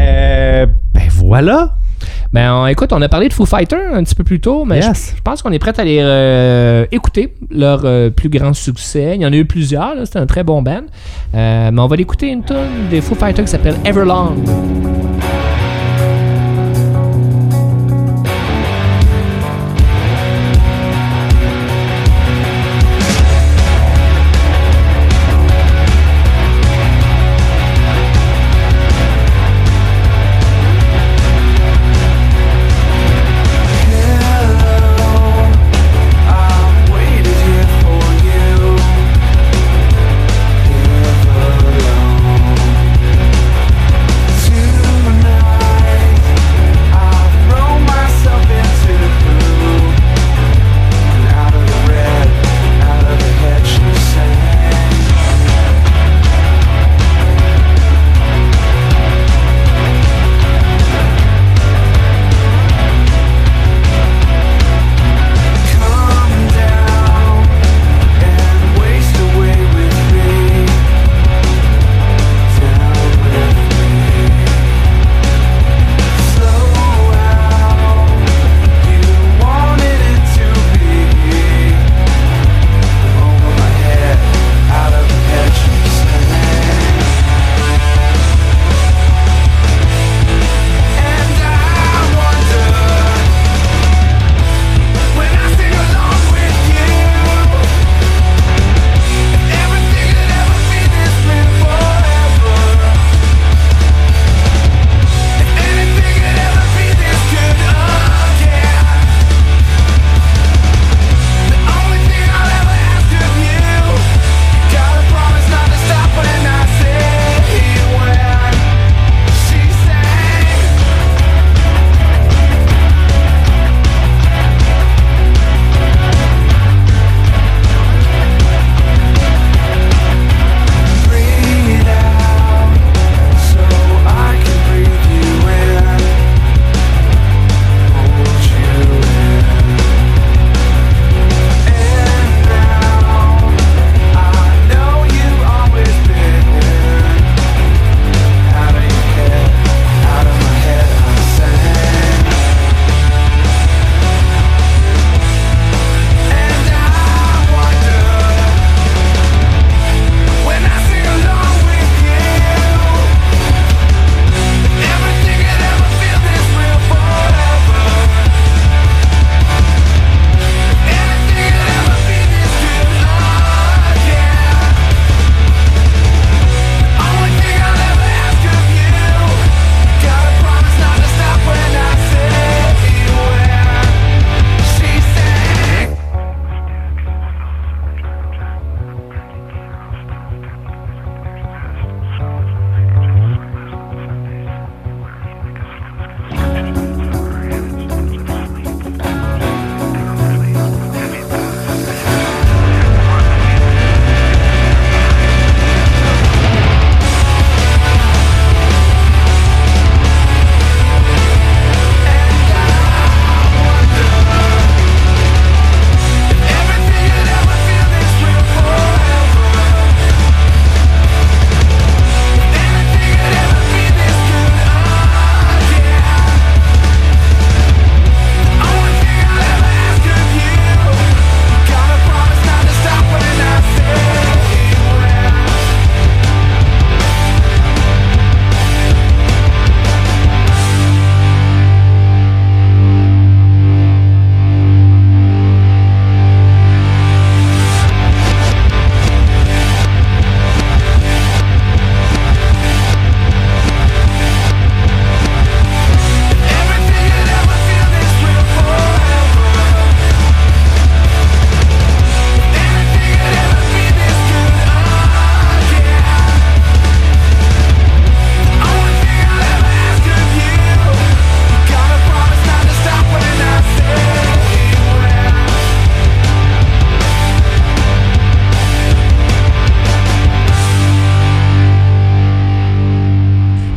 Voilà. Écoute, on a parlé de Foo Fighters un petit peu plus tôt, mais je pense qu'on est prêt à aller écouter leur plus grand succès. Il y en a eu plusieurs, c'était un très bon band. Mais on va l'écouter une tune des Foo Fighters qui s'appelle Everlong. To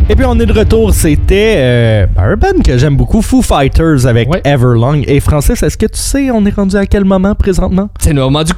Et puis on est de retour, c'était un band que j'aime beaucoup, Foo Fighters avec Everlong. Et Francis, est-ce que tu sais, on est rendu à quel moment présentement? C'est le moment du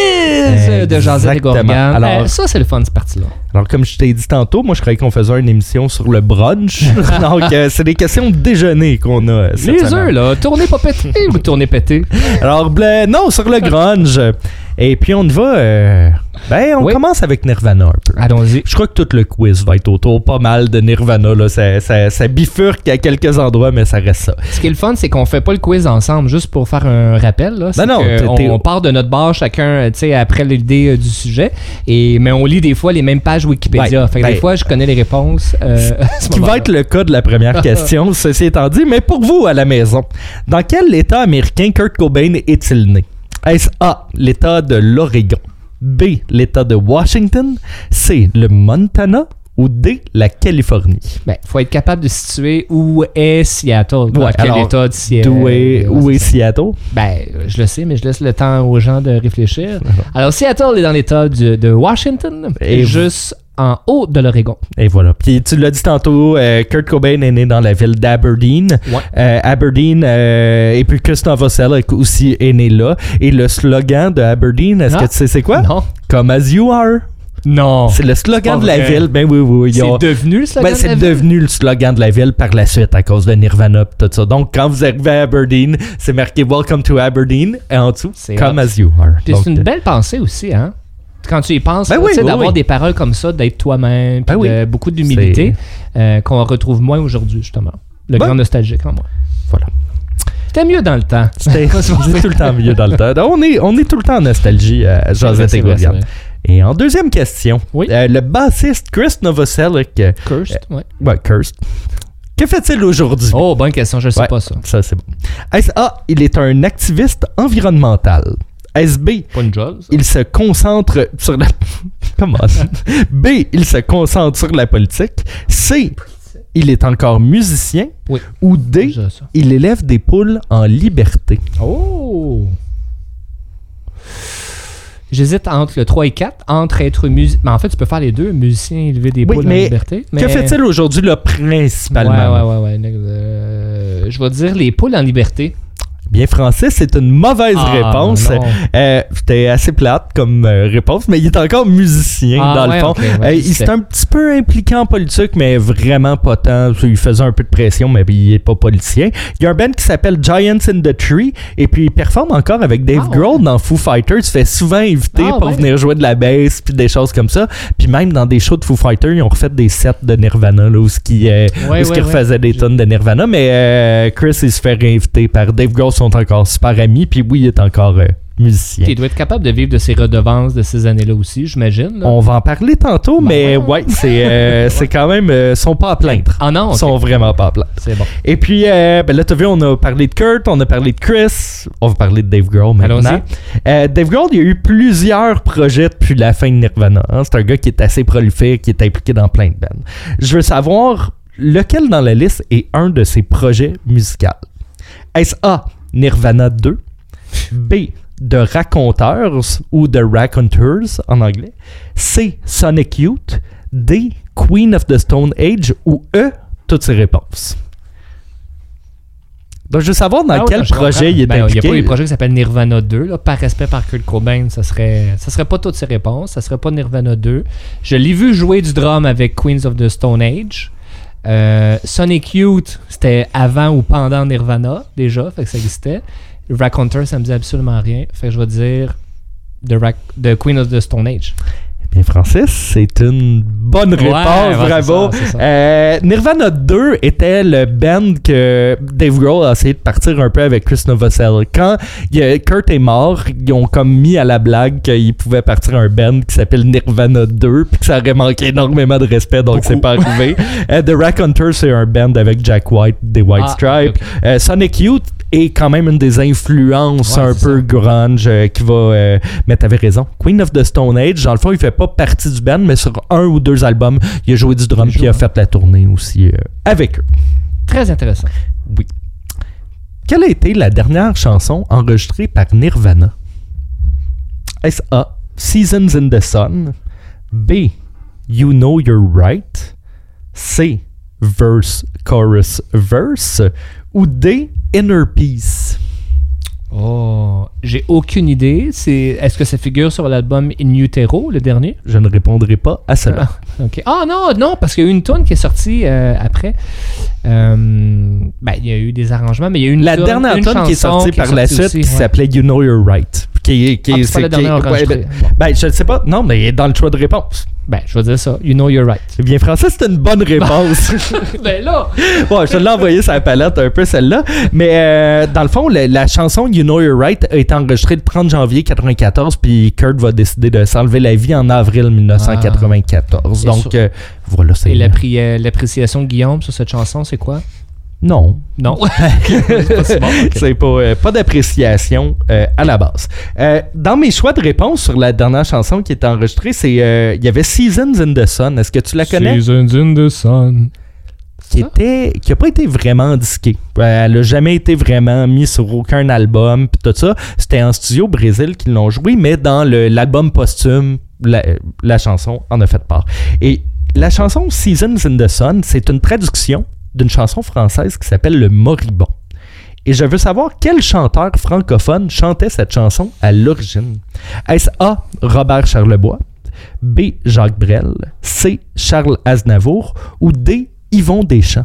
quiz de Jazette et Gorgane. Alors, ça, c'est le fun, cette partie-là. Alors, comme je t'ai dit tantôt, moi, je croyais qu'on faisait une émission sur le brunch. Donc, c'est des questions de déjeuner qu'on a cette Les semaine. œufs, là, tourner pas pété ou tourner pété? Alors, non, sur le grunge. Et puis, on y va... on commence avec Nirvana un peu. Allons-y. Je crois que tout le quiz va être autour pas mal de Nirvana. Là. Ça bifurque à quelques endroits, mais ça reste ça. Ce qui est le fun, c'est qu'on fait pas le quiz ensemble, juste pour faire un rappel. Là. On part de notre barre chacun après l'idée du sujet, mais on lit des fois les mêmes pages Wikipédia. Fait que des fois, je connais les réponses. Ce qui va être le cas de la première question, ceci étant dit. Mais pour vous, à la maison, dans quel État américain Kurt Cobain est-il né? Est-ce A, l'État de l'Oregon, B, l'État de Washington, C, le Montana ou D, la Californie? Faut être capable de situer où est Seattle. Quel État de Seattle? Où est Seattle? Je le sais, mais je laisse le temps aux gens de réfléchir. Alors, Seattle est dans l'État de Washington, et juste en haut de l'Oregon. Et voilà. Puis tu l'as dit tantôt, Kurt Cobain est né dans la ville d'Aberdeen. Aberdeen, et puis Chris Novoselic aussi est né là. Et le slogan de Aberdeen, est-ce que tu sais c'est quoi? Non. Come as you are. Non. C'est le slogan de la ville. Ben oui. C'est devenu le slogan de la ville? C'est devenu le slogan de la ville par la suite à cause de Nirvana et tout ça. Donc, quand vous arrivez à Aberdeen, c'est marqué Welcome to Aberdeen et en dessous, Come as you are. Puis c'est une belle pensée aussi, hein? Quand tu y penses, d'avoir des paroles comme ça, d'être toi-même, puis beaucoup d'humilité, qu'on retrouve moins aujourd'hui, justement. Le grand nostalgique en moi. Voilà. C'était mieux dans le temps. C'était tout le temps mieux dans le temps. On est tout le temps en nostalgie à Jazette et Gorgane. Et en deuxième question, le bassiste Chris Novoselic... Cursed, Cursed. Que fait-il aujourd'hui? Oh, bonne question, je ne sais pas ça. Ça, c'est bon. Est-ce A, il est un activiste environnemental? SB, il se concentre sur la... Come on. B, il se concentre sur la politique. C, il est encore musicien. Ou D, il élève des poules en liberté. Oh! J'hésite entre le 3 et 4, entre être musicien... Mais en fait, tu peux faire les deux, musicien et élever des poules en liberté. Que fait-il aujourd'hui, là, principalement? Je vais dire les poules en liberté. Bien, Francis, c'est une mauvaise réponse. C'était assez plate comme réponse, mais il est encore musicien dans le fond. Il s'est un petit peu impliqué en politique, mais vraiment pas tant. Il faisait un peu de pression, mais il est pas politicien. Il y a un band qui s'appelle Giants in the Tree, et puis il performe encore avec Dave Grohl dans Foo Fighters. Il se fait souvent inviter pour venir jouer de la bass, puis des choses comme ça. Puis même dans des shows de Foo Fighters, ils ont refait des sets de Nirvana, là, où ils refaisaient des tonnes de Nirvana, mais Chris, il se fait réinviter par Dave Grohl, sont encore super amis, puis il est encore musicien. Il doit être capable de vivre de ses redevances de ces années-là aussi, j'imagine. Là. On va en parler tantôt, mais c'est quand même... Ils sont pas à plaindre. Ah non? Ils sont vraiment pas à plaindre. C'est bon. Et puis, là, t'as vu, on a parlé de Kurt, on a parlé de Chris, on va parler de Dave Grohl maintenant. Dave Grohl, il y a eu plusieurs projets depuis la fin de Nirvana. Hein. C'est un gars qui est assez prolifique, qui est impliqué dans plein de bands. Je veux savoir lequel dans la liste est un de ses projets musicaux. Est-ce A, Nirvana 2, B, The Raconteurs ou The Raconteurs en anglais, C, Sonic Youth, D, Queen of the Stone Age ou E, toutes ces réponses. Donc, je veux savoir dans quel projet il est impliqué. Il y a pas eu un projet qui s'appelle Nirvana 2, là, par respect par Kurt Cobain, ça serait pas toutes ces réponses, ça serait pas Nirvana 2. Je l'ai vu jouer du drum avec Queens of the Stone Age. Sonic Youth, c'était avant ou pendant Nirvana déjà, fait que ça existait. Raconteur, ça me dit absolument rien, fait que je vais dire The Queen of the Stone Age. Bien, Francis, c'est une bonne réponse, bravo. C'est ça. Nirvana 2 était le band que Dave Grohl a essayé de partir un peu avec Chris Novoselic. Quand Kurt est mort, ils ont comme mis à la blague qu'il pouvait partir un band qui s'appelle Nirvana 2, puis que ça aurait manqué énormément de respect, donc c'est pas arrivé. The Raconteurs, c'est un band avec Jack White, des White Stripes. Okay. Sonic Youth est quand même une des influences un peu grunge qui va... mais t'avais raison. Queen of the Stone Age, dans le fond, il fait pas partie du band, mais sur 1 ou 2 albums, il a joué du drum puis il a fait la tournée aussi avec eux. Très intéressant. Oui. Quelle a été la dernière chanson enregistrée par Nirvana? Est-ce A, Seasons in the Sun, B, You Know You're Right, C, verse, chorus, verse, ou D, inner peace? Oh, j'ai aucune idée. Est-ce que ça figure sur l'album In Utero, le dernier? Je ne répondrai pas à cela. OK. Ah non, parce qu'il y a eu une tune qui est sortie après. Il y a eu des arrangements, mais il y a eu la dernière tune qui est sortie par la suite qui s'appelait You Know You're Right. C'est pas la dernière enregistrée. Je ne sais pas. Non, mais il est dans le choix de réponse. Je vais dire ça. You Know You're Right. Eh bien, Francis, c'est une bonne réponse. Là! Ouais, je te l'ai envoyé sur la palette un peu, celle-là. Mais dans le fond, la chanson You Know You're Right a été enregistrée le 30 janvier 1994, puis Kurt va décider de s'enlever la vie en avril 1994. Donc, voilà, c'est... Et l'appréciation de Guillaume sur cette chanson, c'est quoi? Non. C'est pas si bon. Okay. C'est pas d'appréciation à la base. Dans mes choix de réponse sur la dernière chanson qui est enregistrée, il y avait Seasons in the Sun. Est-ce que tu la connais? Seasons in the Sun. Qui a pas été vraiment disquée. Elle a jamais été vraiment mise sur aucun album pis tout ça. C'était en studio au Brésil qu'ils l'ont joué, mais dans l'album posthume, la chanson en a fait part. Et la chanson Seasons in the Sun, c'est une traduction d'une chanson française qui s'appelle Le Moribond. Et je veux savoir quel chanteur francophone chantait cette chanson à l'origine. Est-ce A. Robert Charlebois, B. Jacques Brel, C. Charles Aznavour ou D. Yvon Deschamps?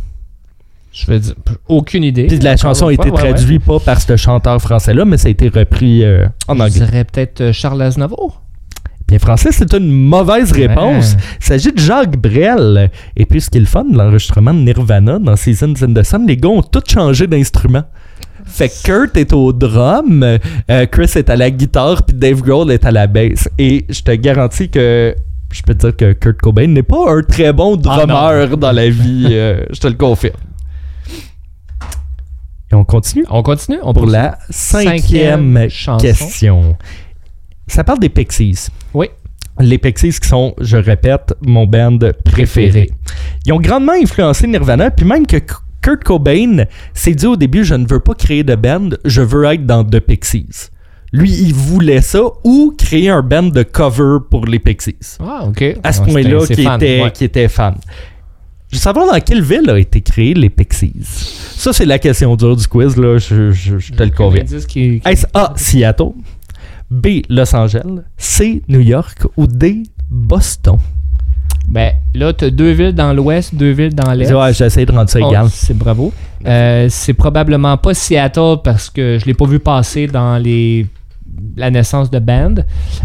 Je vais dire, aucune idée. Puis la chanson a été traduite pas par ce chanteur français-là, mais ça a été repris en anglais. Je dirais peut-être Charles Aznavour. Bien, Francis, c'est une mauvaise réponse. Il s'agit de Jacques Brel. Et puis, ce qui est le fun de l'enregistrement de Nirvana dans Seasons in the Sun, les gars ont tous changé d'instrument. Fait que Kurt est au drum, Chris est à la guitare, puis Dave Grohl est à la basse. Et je te garantis que je peux te dire que Kurt Cobain n'est pas un très bon drummer dans la vie. Je te le confirme. Et on continue? On continue. Pour la cinquième question. Ça parle des Pixies. Oui. Les Pixies qui sont, je répète, mon band préféré. Ils ont grandement influencé Nirvana, puis même que Kurt Cobain s'est dit au début, je ne veux pas créer de band, je veux être dans The Pixies. Lui, il voulait ça ou créer un band de cover pour les Pixies. Ah, OK. À ce point-là, qui était fan. Je veux savoir dans quelle ville a été créé les Pixies. Ça, c'est la question dure du quiz, là. Je te le conviens. Est-ce A, Seattle? B, Los Angeles, C, New York ou D, Boston? Là, tu as 2 villes dans l'ouest, 2 villes dans l'est. Ouais, j'essaie de rendre ça égal. C'est bravo. C'est probablement pas Seattle parce que je l'ai pas vu passer dans la naissance de band.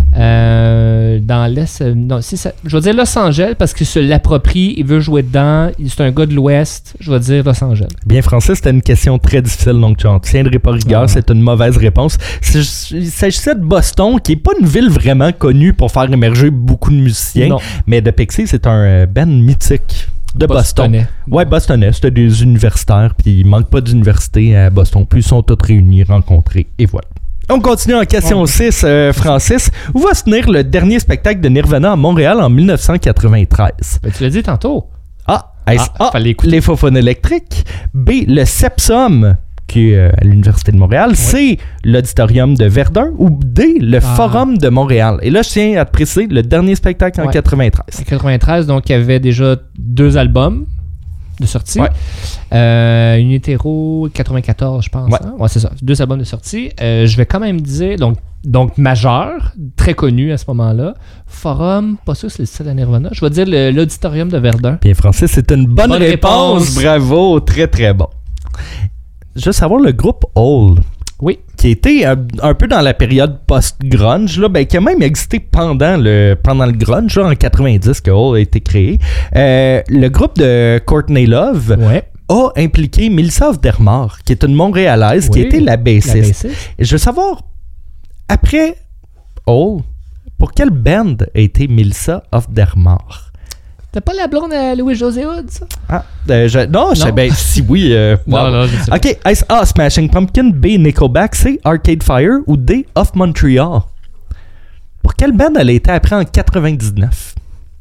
Dans l'est, non, je vais dire Los Angeles parce qu'il se l'approprie, il veut jouer dedans, c'est un gars de l'ouest, je vais dire Los Angeles. Bien, Francis, c'était une question très difficile, donc tu n'en tiendrais pas rigueur, c'est une mauvaise réponse. Il s'agissait de Boston, qui n'est pas une ville vraiment connue pour faire émerger beaucoup de musiciens, mais The Pixies, c'est un band mythique de Boston. Ouais, Bostonnais, c'était des universitaires, puis il manque pas d'université à Boston, puis ils sont tous réunis, rencontrés, et voilà. On continue en question 6, Francis. Où va se tenir le dernier spectacle de Nirvana à Montréal en 1993? Tu l'as dit tantôt. A, les Faux-Phone électriques. B, le Sepsum, qui est à l'Université de Montréal. C, l'Auditorium de Verdun. Ou D, le Forum de Montréal. Et là, je tiens à te préciser, le dernier spectacle en 93. En 93, donc, il y avait déjà 2 albums de sortie. Une hétéro 94, je pense. Ouais, c'est ça. 2 albums de sortie. Je vais quand même dire, donc majeur, très connu à ce moment-là. Forum, pas sûr c'est le style de Nirvana. Je vais dire l'Auditorium de Verdun. Bien, Francis, c'est une bonne réponse. Bravo, très très bon. Je veux savoir le groupe Hole. Oui. Qui était un peu dans la période post-grunge, là, qui a même existé pendant le grunge, là, en 90 que Hole a été créé. Le groupe de Courtney Love a impliqué Melissa Dermar, qui est une Montréalaise, qui était la bassiste. Et je veux savoir, après Hole, pour quelle band a été Melissa Dermar? T'as pas la blonde à Louis-José Hood, ça? Non, je sais bien. Si oui. Non, je sais pas. OK, est-ce A, Smashing Pumpkins, B, Nickelback, C, Arcade Fire ou D, Off Montreal? Pour quelle band elle a été après en 99?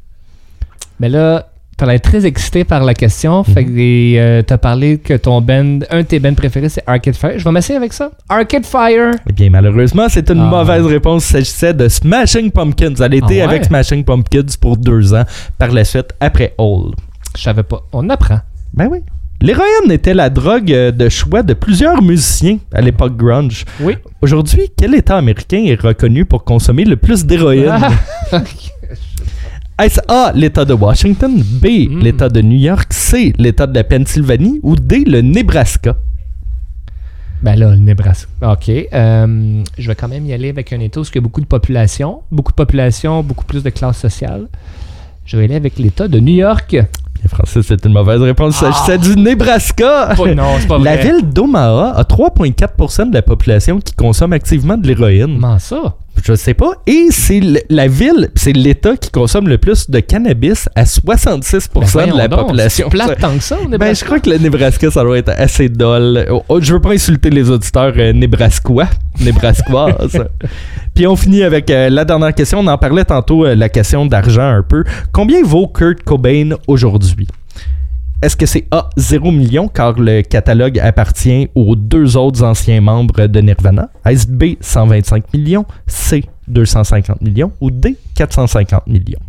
Mais là, t'as l'air très excité par la question. Fait que t'as parlé que un de tes bands préférés, c'est Arcade Fire. Je vais m'essayer avec ça. Arcade Fire! Eh bien, malheureusement, c'est une mauvaise réponse. Il s'agissait de Smashing Pumpkins. Elle a été avec Smashing Pumpkins pour 2 ans. Par la suite, après Hole. Je savais pas. On apprend. Ben oui. L'héroïne était la drogue de choix de plusieurs musiciens à l'époque grunge. Oui. Aujourd'hui, quel État américain est reconnu pour consommer le plus d'héroïne? Est-ce A, l'État de Washington, B, l'État de New York, C, l'État de la Pennsylvanie ou D, le Nebraska? Ben là, le Nebraska. OK. Je vais quand même y aller avec un État où il y a beaucoup de population, beaucoup plus de classe sociale. Je vais aller avec l'État de New York. Bien, Francis, c'est une mauvaise réponse. Il s'agissait du Nebraska. Non, c'est pas vrai. La ville d'Omaha a 3,4% de la population qui consomme activement de l'héroïne. Comment ça? Je sais pas. Et c'est la ville, c'est l'État qui consomme le plus de cannabis à 66% de la population. C'est plate tant que ça, au Nebraska. Ben, je crois que le Nebraska, ça doit être assez dole. Je veux pas insulter les auditeurs nebraskoises. Puis on finit avec la dernière question. On en parlait tantôt, la question d'argent un peu. Combien vaut Kurt Cobain aujourd'hui? Est-ce que c'est A, 0 million, car le catalogue appartient aux 2 autres anciens membres de Nirvana? Est-ce B, 125 millions, C, 250 millions ou D, 450 millions?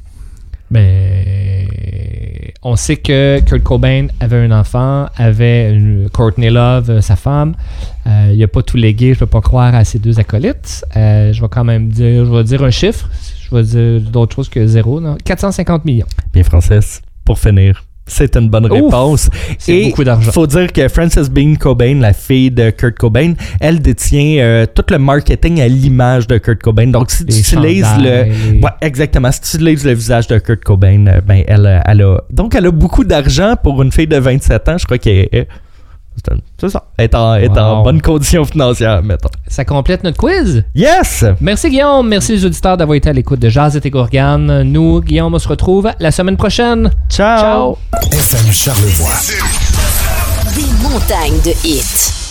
Ben, on sait que Kurt Cobain avait un enfant, avait Courtney Love, sa femme. Il n'a pas tout légué, je ne peux pas croire à ses 2 acolytes. Je vais quand même dire un chiffre. Je vais dire d'autres choses que 0. Non? 450 millions. Bien, Francis, pour finir. C'est une bonne réponse. C'est beaucoup d'argent. Il faut dire que Frances Bean Cobain, la fille de Kurt Cobain, elle détient tout le marketing à l'image de Kurt Cobain. Donc, si tu utilises exactement. Si tu utilises le visage de Kurt Cobain, ben elle a beaucoup d'argent pour une fille de 27 ans. Je crois qu'elle est... C'est ça. Elle est en bonne condition financière, mettons. Ça complète notre quiz. Yes! Merci Guillaume. Merci les auditeurs d'avoir été à l'écoute de Jazette et Gourgane. Nous, Guillaume, on se retrouve la semaine prochaine. Ciao! FM Charlevoix. Des montagnes de hits.